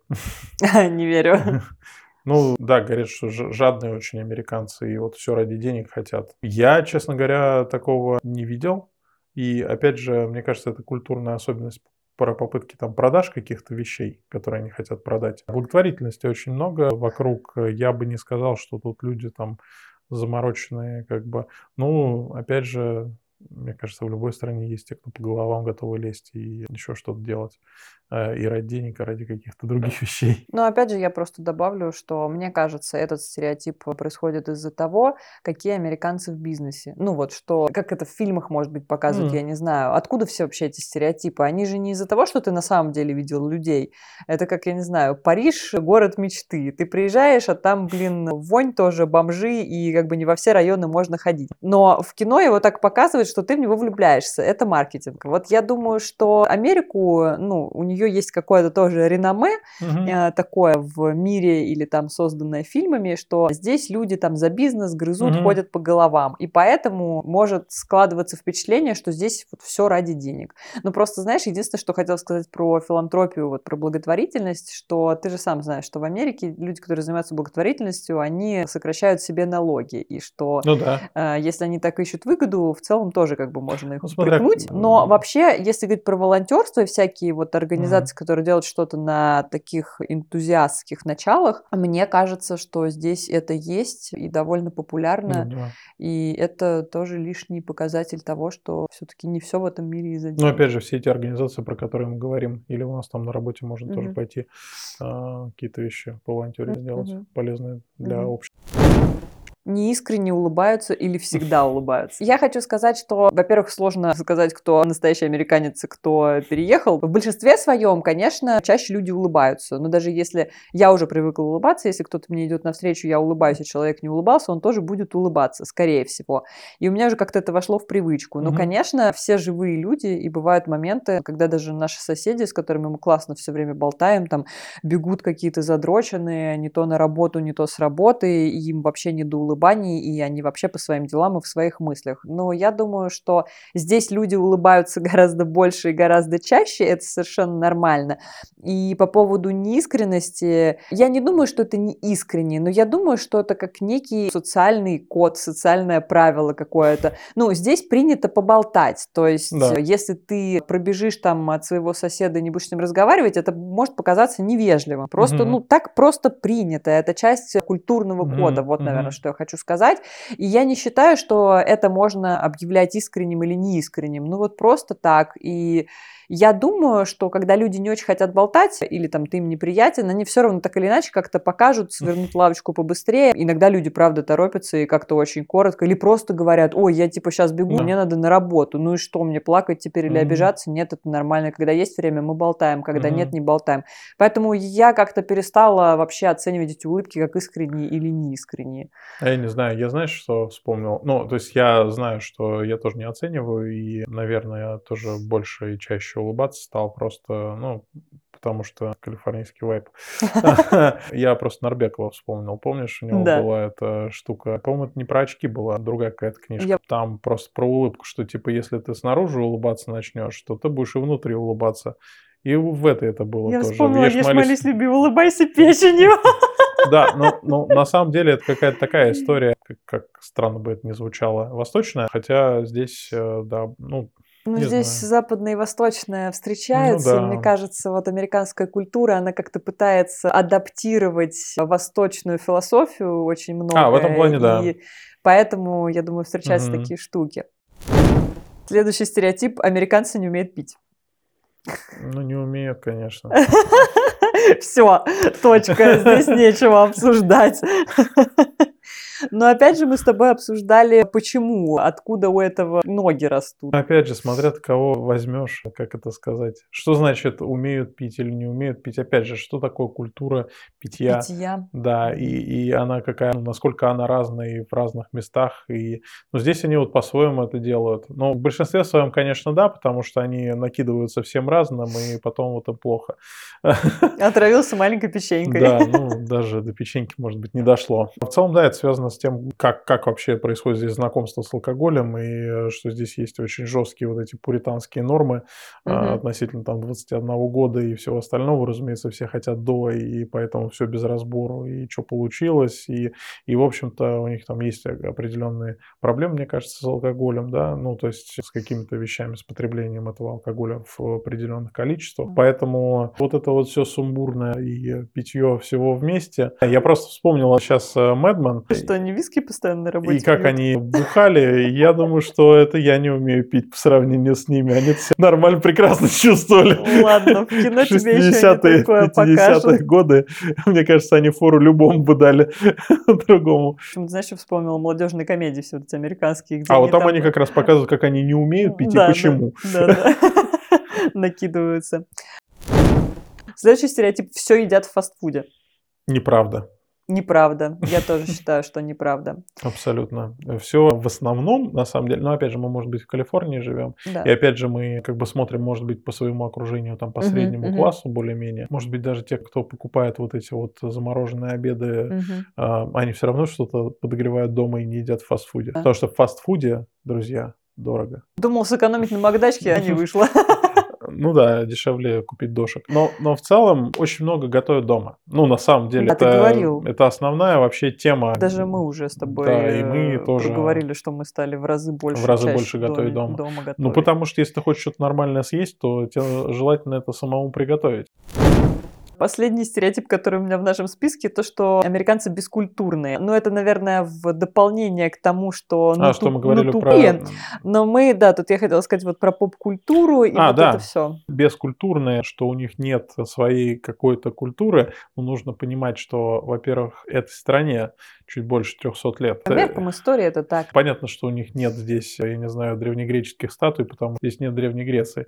Не верю. Ну да, говорят, что жадные очень американцы, и вот все ради денег хотят. Я, честно говоря, такого не видел. И опять же, мне кажется, это культурная особенность про попытки там продаж каких-то вещей, которые они хотят продать. Благотворительности очень много вокруг. Я бы не сказал, что тут люди там замороченные, как бы. Ну, опять же, мне кажется, в любой стране есть те, кто по головам готовы лезть и еще что-то делать. И ради денег, и ради каких-то других вещей. Но опять же, я просто добавлю, что мне кажется, этот стереотип происходит из-за того, какие американцы в бизнесе. Ну вот что, как это в фильмах, может быть, показывают, я не знаю. Откуда все вообще эти стереотипы? Они же не из-за того, что ты на самом деле видел людей. Это как, я не знаю, Париж, город мечты. Ты приезжаешь, а там, блин, вонь тоже, бомжи, и как бы не во все районы можно ходить. Но в кино его так показывают, что ты в него влюбляешься. Это маркетинг. Вот я думаю, что Америку, ну, у нее есть какое-то тоже реноме такое в мире или там созданное фильмами, что здесь люди там за бизнес грызут, ходят по головам. И поэтому может складываться впечатление, что здесь вот все ради денег. Ну просто, знаешь, единственное, что хотела сказать про филантропию, вот про благотворительность, что ты же сам знаешь, что в Америке люди, которые занимаются благотворительностью, они сокращают себе налоги. И что Ну да. если они так ищут выгоду, в целом тоже как бы можно их Ну, смотря... упрекнуть. Но вообще, если говорить про волонтерство и всякие вот организации, которые делают что-то на таких энтузиастских началах, мне кажется, что здесь это есть и довольно популярно. Ну, да. И это тоже лишний показатель того, что все-таки не все в этом мире из-за денег. Ну, опять же, все эти организации, про которые мы говорим, или у нас там на работе можно тоже пойти какие-то вещи по волонтере сделать, полезные для общества. Неискренне улыбаются или всегда улыбаются. Я хочу сказать, что, во-первых, сложно сказать, кто настоящий американец и кто переехал. В большинстве своем, конечно, чаще люди улыбаются. Но даже если я уже привыкла улыбаться, если кто-то мне идет навстречу, я улыбаюсь, а человек не улыбался, он тоже будет улыбаться, скорее всего. И у меня уже как-то это вошло в привычку. Но, конечно, все живые люди, и бывают моменты, когда даже наши соседи, с которыми мы классно все время болтаем, там бегут какие-то задроченные, не то на работу, не то с работы, и им вообще не до улыбаний, и они вообще по своим делам и в своих мыслях. Но я думаю, что здесь люди улыбаются гораздо больше и гораздо чаще, это совершенно нормально. И по поводу неискренности, я не думаю, что это не искренне, но я думаю, что это как некий социальный код, социальное правило какое-то. Ну, здесь принято поболтать, то есть Да. если ты пробежишь там от своего соседа и не будешь с ним разговаривать, это может показаться невежливым. Просто, ну, так просто принято, это часть культурного кода, вот, наверное, что я хочу сказать. И я не считаю, что это можно объявлять искренним или неискренним, ну, вот просто так. И я думаю, что когда люди не очень хотят болтать, или там ты им неприятен, они все равно так или иначе как-то покажут, свернут лавочку побыстрее. Иногда люди, правда, торопятся и как-то очень коротко, или просто говорят: ой, я типа сейчас бегу, Да. мне надо на работу, ну и что, мне плакать теперь или обижаться? Нет, это нормально. Когда есть время, мы болтаем, когда нет, не болтаем. Поэтому я как-то перестала вообще оценивать эти улыбки как искренние или неискренние. Я не знаю, я знаешь, что вспомнил? Ну, то есть я знаю, что я тоже не оцениваю, и, наверное, я тоже больше и чаще улыбаться стал просто, ну, потому что калифорнийский вайб. Я просто Нарбекова вспомнил. Помнишь, у него Да. была эта штука, по-моему, это не про очки была, другая какая-то книжка. Там просто про улыбку, что типа если ты снаружи улыбаться начнешь, то ты будешь и внутри улыбаться. И в этой это было Я тоже. вспомнила, ешь, молись, люби, улыбайся печенью. Да, но на самом деле это какая-то такая история, как странно бы это ни звучало, восточная, хотя здесь, да, ну, Ну, не здесь знаю. западное и восточное Ну встречаются, и мне да. кажется, вот американская культура, она как-то пытается адаптировать восточную философию очень В этом плане, да. многое, и поэтому, я думаю, встречаются Мгм. такие штуки. Следующий стереотип: американцы не умеют пить. Ну, не умеют, конечно. Все, точка, здесь нечего обсуждать. Но опять же мы с тобой обсуждали, почему, откуда у этого ноги растут. Опять же, смотря ты кого возьмешь, как это сказать. Что значит умеют пить или не умеют пить? Опять же, что такое культура питья? Питья. Да, и она какая, насколько она разная и в разных местах. Но здесь они вот по-своему это делают. Но в большинстве своем, конечно, да, потому что они накидываются всем разным, и потом вот им плохо. Отравился маленькой печенькой. Да, ну даже до печеньки, может быть, не дошло. В целом, да, это связано с тем, как вообще происходит здесь знакомство с алкоголем, и что здесь есть очень жесткие вот эти пуританские нормы относительно там 21 года и всего остального. Разумеется, все хотят до, и поэтому все без разбору, и что получилось, и в общем-то, у них там есть определенные проблемы, мне кажется, с алкоголем, да, ну, то есть с какими-то вещами, с потреблением этого алкоголя в определенных количествах. Поэтому вот это вот все сумбурное и питье всего вместе. Я просто вспомнил сейчас Мэдмен. Что, они виски постоянно на работе И как пьют? они бухали, я думаю, что это я не умею пить по сравнению с ними. Они все нормально, прекрасно чувствовали. Ладно, в кино тебе еще не 60-е, такое 50-е покажут. годы, мне кажется, они фору любому бы дали другому. Почему-то, знаешь, я вспомнила молодежные комедии все вот эти американские, где А вот там они как раз показывают, как они не умеют пить и Да, почему. да. Накидываются. Следующий стереотип: все едят в фастфуде. Неправда. Неправда. Я тоже считаю, что неправда. Абсолютно. Все в основном, на самом деле, но опять же, мы, может быть, в Калифорнии живем, Да. и опять же, мы как бы смотрим, может быть, по своему окружению, там, по среднему классу более-менее. Может быть, даже те, кто покупает вот эти вот замороженные обеды, они все равно что-то подогревают дома и не едят в фастфуде. Потому что в фастфуде, друзья, дорого. Думал сэкономить на Макдачке, а не вышло. Ну да, дешевле купить дошек. Но в целом очень много готовят дома. Ну, на самом деле, Да, ты говорил. это основная вообще тема. Даже мы уже с тобой Да, и мы тоже проговорили, что мы стали в разы больше, больше готовить дома. готовить. Ну, потому что если ты хочешь что-то нормальное съесть, то тебе желательно это самому приготовить. Последний стереотип, который у меня в нашем списке, то, что американцы бескультурные. Ну, это, наверное, в дополнение к тому, что Что мы говорили тупые. про... Но мы, да, тут я хотела сказать вот про поп-культуру и вот да. это все. Бескультурные, что у них нет своей какой-то культуры. Ну, нужно понимать, что, во-первых, этой стране чуть больше 300 лет. По меркам истории это так. Понятно, что у них нет здесь, я не знаю, древнегреческих статуй, потому что здесь нет Древней Греции.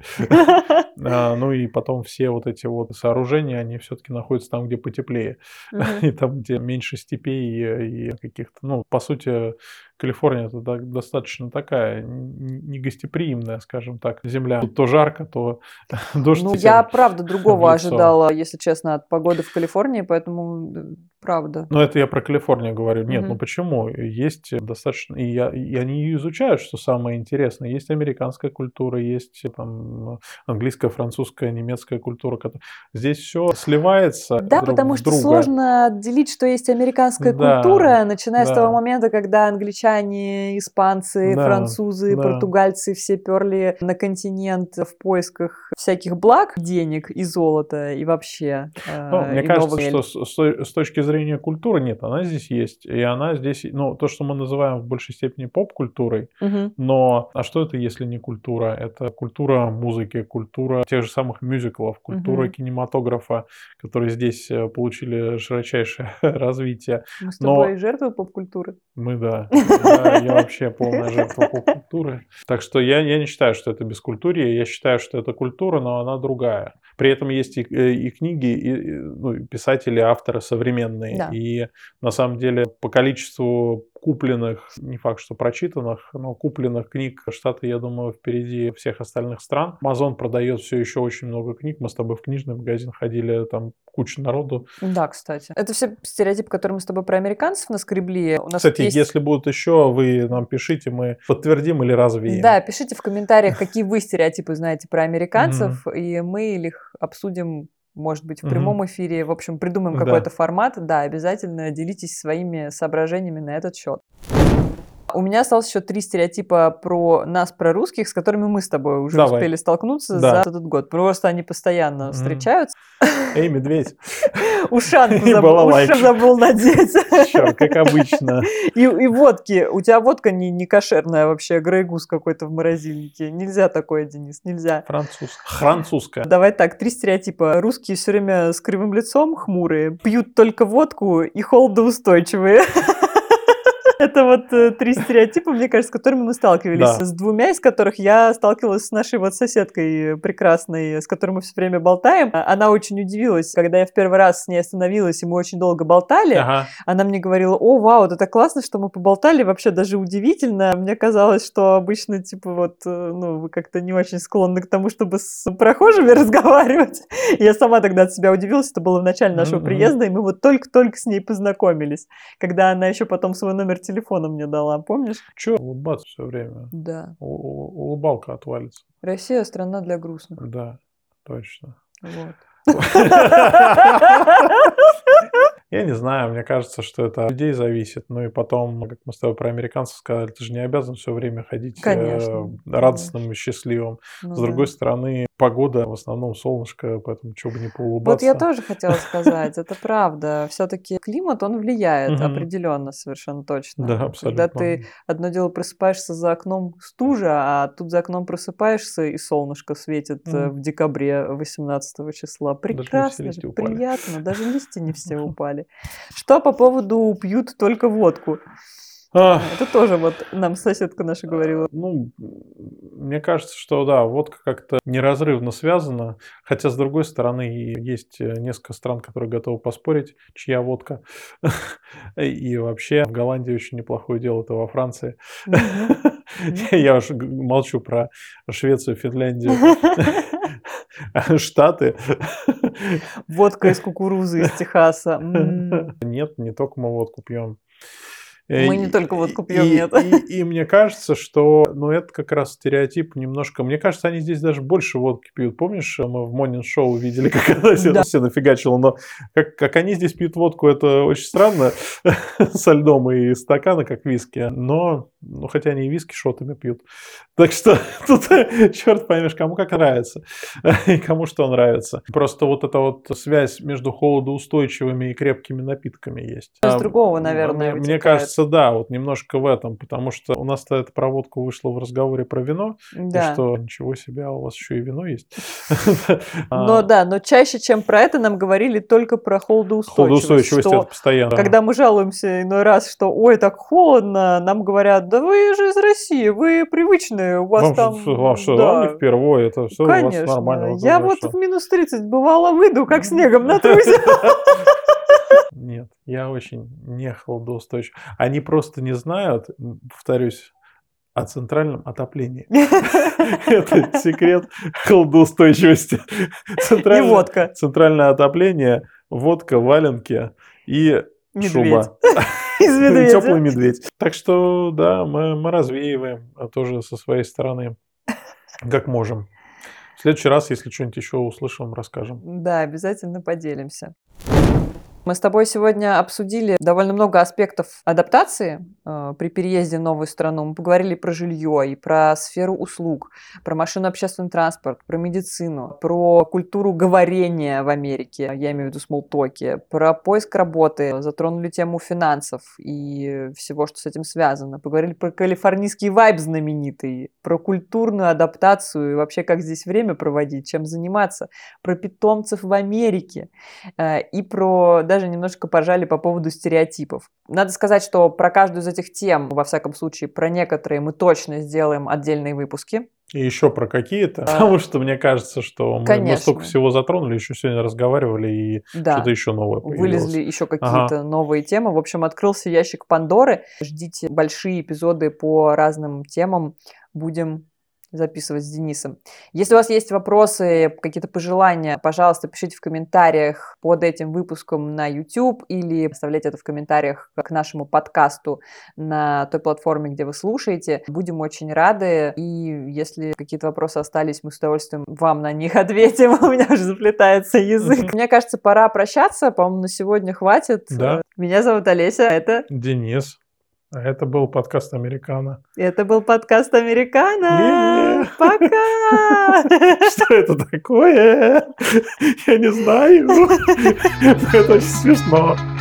Ну и потом все вот эти вот сооружения, они все-таки находятся там, где потеплее. И там, где меньше степей и каких-то, ну, по сути, Калифорния это достаточно такая негостеприимная, скажем так, земля. Тут то жарко, то дождь. Ну, я, правда, другого ожидала, если честно, от погоды в Калифорнии, поэтому правда. Ну, это я про Калифорнию говорю. Нет, ну почему? Есть достаточно... И они ее изучают, что самое интересное. Есть американская культура, есть там английская, французская, немецкая культура. Здесь все сливается Да, друг потому в что друга. сложно отделить, что есть американская культура, начиная с того момента, когда англичане, испанцы, французы, португальцы все перли на континент в поисках всяких благ, денег и золота, и вообще. Мне кажется, что с точки зрения культуры нет, она здесь есть. И она здесь, ну, то, что мы называем в большей степени поп-культурой, но а что это, если не культура? Это культура музыки, культура тех же самых мюзиклов, культура кинематографа, которые здесь получили широчайшее развитие. Мы с тобой жертвы поп-культуры. Мы, да. Я вообще полная жертва поп-культуры. Так что я не считаю, что это бескультурье. Я считаю, что это культура, но она другая. При этом есть и книги, и писатели, авторы современные. Да. И на самом деле по количеству купленных, не факт, что прочитанных, но купленных книг Штаты, я думаю, впереди всех остальных стран. Amazon продает все еще очень много книг. Мы с тобой в книжный магазин ходили, там куча народу. Да, кстати. Это все стереотипы, которые мы с тобой про американцев наскребли. У нас кстати, если будут еще, вы нам пишите, мы подтвердим или развеем. Да, пишите в комментариях, какие вы стереотипы знаете про американцев, и мы их обсудим. Может быть, в прямом эфире, в общем, придумаем какой-то формат. Да, обязательно делитесь своими соображениями на этот счет. У меня осталось еще 3 стереотипа про нас, про русских, с которыми мы с тобой уже успели столкнуться за этот год. Просто они постоянно встречаются. Эй, медведь. Ушанку забыл надеть. Черт, как обычно. И водки. У тебя водка не кошерная вообще, Грей Гус какой-то в морозильнике. Нельзя такое, Денис, нельзя. Французская. Давай так, 3 стереотипа. Русские все время с кривым лицом, хмурые, пьют только водку и холодоустойчивые. Это вот 3 стереотипа, мне кажется, с которыми мы сталкивались. Да. С 2 из которых я сталкивалась с нашей вот соседкой прекрасной, с которой мы все время болтаем. Она очень удивилась, когда я в первый раз с ней остановилась, и мы очень долго болтали. Ага. Она мне говорила: о, вау, это так классно, что мы поболтали, вообще даже удивительно. Мне казалось, что обычно, типа, вот, ну, вы как-то не очень склонны к тому, чтобы с прохожими разговаривать. Я сама тогда от себя удивилась, это было в начале нашего приезда, и мы вот только-только с ней познакомились, когда она еще потом свой номер телефона мне дала, помнишь? Че улыбаться все время? Да. Улыбалка отвалится. Россия — страна для грустных. Да, точно. Вот. Я не знаю, мне кажется, что это от людей зависит. Ну и потом, как мы с тобой про американцев сказали, ты же не обязан все время ходить радостным и счастливым. С другой стороны, погода в основном солнышко, поэтому чего бы не поулыбаться. Вот я тоже хотела сказать, это правда. Все-таки климат, он влияет определенно, совершенно точно. Да, абсолютно. Когда ты одно дело просыпаешься, за окном стужа, а тут за окном просыпаешься, и солнышко светит в декабре 18 числа. Прекрасно же, приятно, даже листья не все упали. Что по поводу «пьют только водку»? Это тоже вот нам соседка наша говорила. Ну, мне кажется, что да, водка как-то неразрывно связана. Хотя, с другой стороны, есть несколько стран, которые готовы поспорить, чья водка. И вообще в Голландии очень неплохое дело, это во Франции. Я уж молчу про Швецию, Финляндию. Штаты. Водка из кукурузы из Техаса. Нет, не только мы водку пьем. Мы не только водку пьем, нет. И мне кажется, что это как раз стереотип немножко. Мне кажется, они здесь даже больше водки пьют. Помнишь, мы в Morning Show видели, как она все нафигачила, но как они здесь пьют водку, это очень странно. Со льдом и стаканы, как виски. Но, хотя они и виски шотами пьют. Так что тут черт поймешь, кому как нравится. И кому что нравится. Просто вот эта вот связь между холодоустойчивыми и крепкими напитками есть. Из другого, наверное, мне кажется, да, вот немножко в этом, потому что у нас-то эта проводка вышла в разговоре про вино, да. И что, ничего себе, у вас еще и вино есть. Но чаще, чем про это, нам говорили только про холодоустойчивость. Холодоустойчивость это постоянно. Когда мы жалуемся иной раз, что ой, так холодно, нам говорят: да вы же из России, вы привычные, у вас там... Вам что, вам не впервые, это все у вас нормально. Я вот в -30 бывало выйду, как снегом натрусь. Нет, я очень не холодоустойчив. Они просто не знают, повторюсь, о центральном отоплении. Это секрет холодоустойчивости. И водка. Центральное отопление, водка, валенки и шуба. Из медведя. Теплый медведь. Так что, да, мы развеиваем тоже со своей стороны, как можем. В следующий раз, если что-нибудь еще услышим, расскажем. Да, обязательно поделимся. Мы с тобой сегодня обсудили довольно много аспектов адаптации при переезде в новую страну. Мы поговорили про жилье и про сферу услуг, про машину, общественный транспорт, про медицину, про культуру говорения в Америке, я имею в виду смолтоки, про поиск работы, затронули тему финансов и всего, что с этим связано. Поговорили про калифорнийский вайб знаменитый, про культурную адаптацию и вообще, как здесь время проводить, чем заниматься, про питомцев в Америке и про... даже немножко поржали по поводу стереотипов. Надо сказать, что про каждую из этих тем, во всяком случае, про некоторые мы точно сделаем отдельные выпуски. И еще про какие-то, потому что мне кажется, что мы столько всего затронули, еще сегодня разговаривали, и что-то еще новое появилось. Вылезли еще какие-то новые темы. В общем, открылся ящик Пандоры. Ждите большие эпизоды по разным темам. Будем записывать с Денисом. Если у вас есть вопросы, какие-то пожелания, пожалуйста, пишите в комментариях под этим выпуском на YouTube или оставляйте это в комментариях к нашему подкасту на той платформе, где вы слушаете. Будем очень рады. И если какие-то вопросы остались, мы с удовольствием вам на них ответим. У меня уже заплетается язык. Мне кажется, пора прощаться. По-моему, на сегодня хватит. Да. Меня зовут Олеся, это Денис. А это был подкаст «Американо». Это был подкаст «Американо». Пока! Что это такое? Я не знаю. Это очень смешно.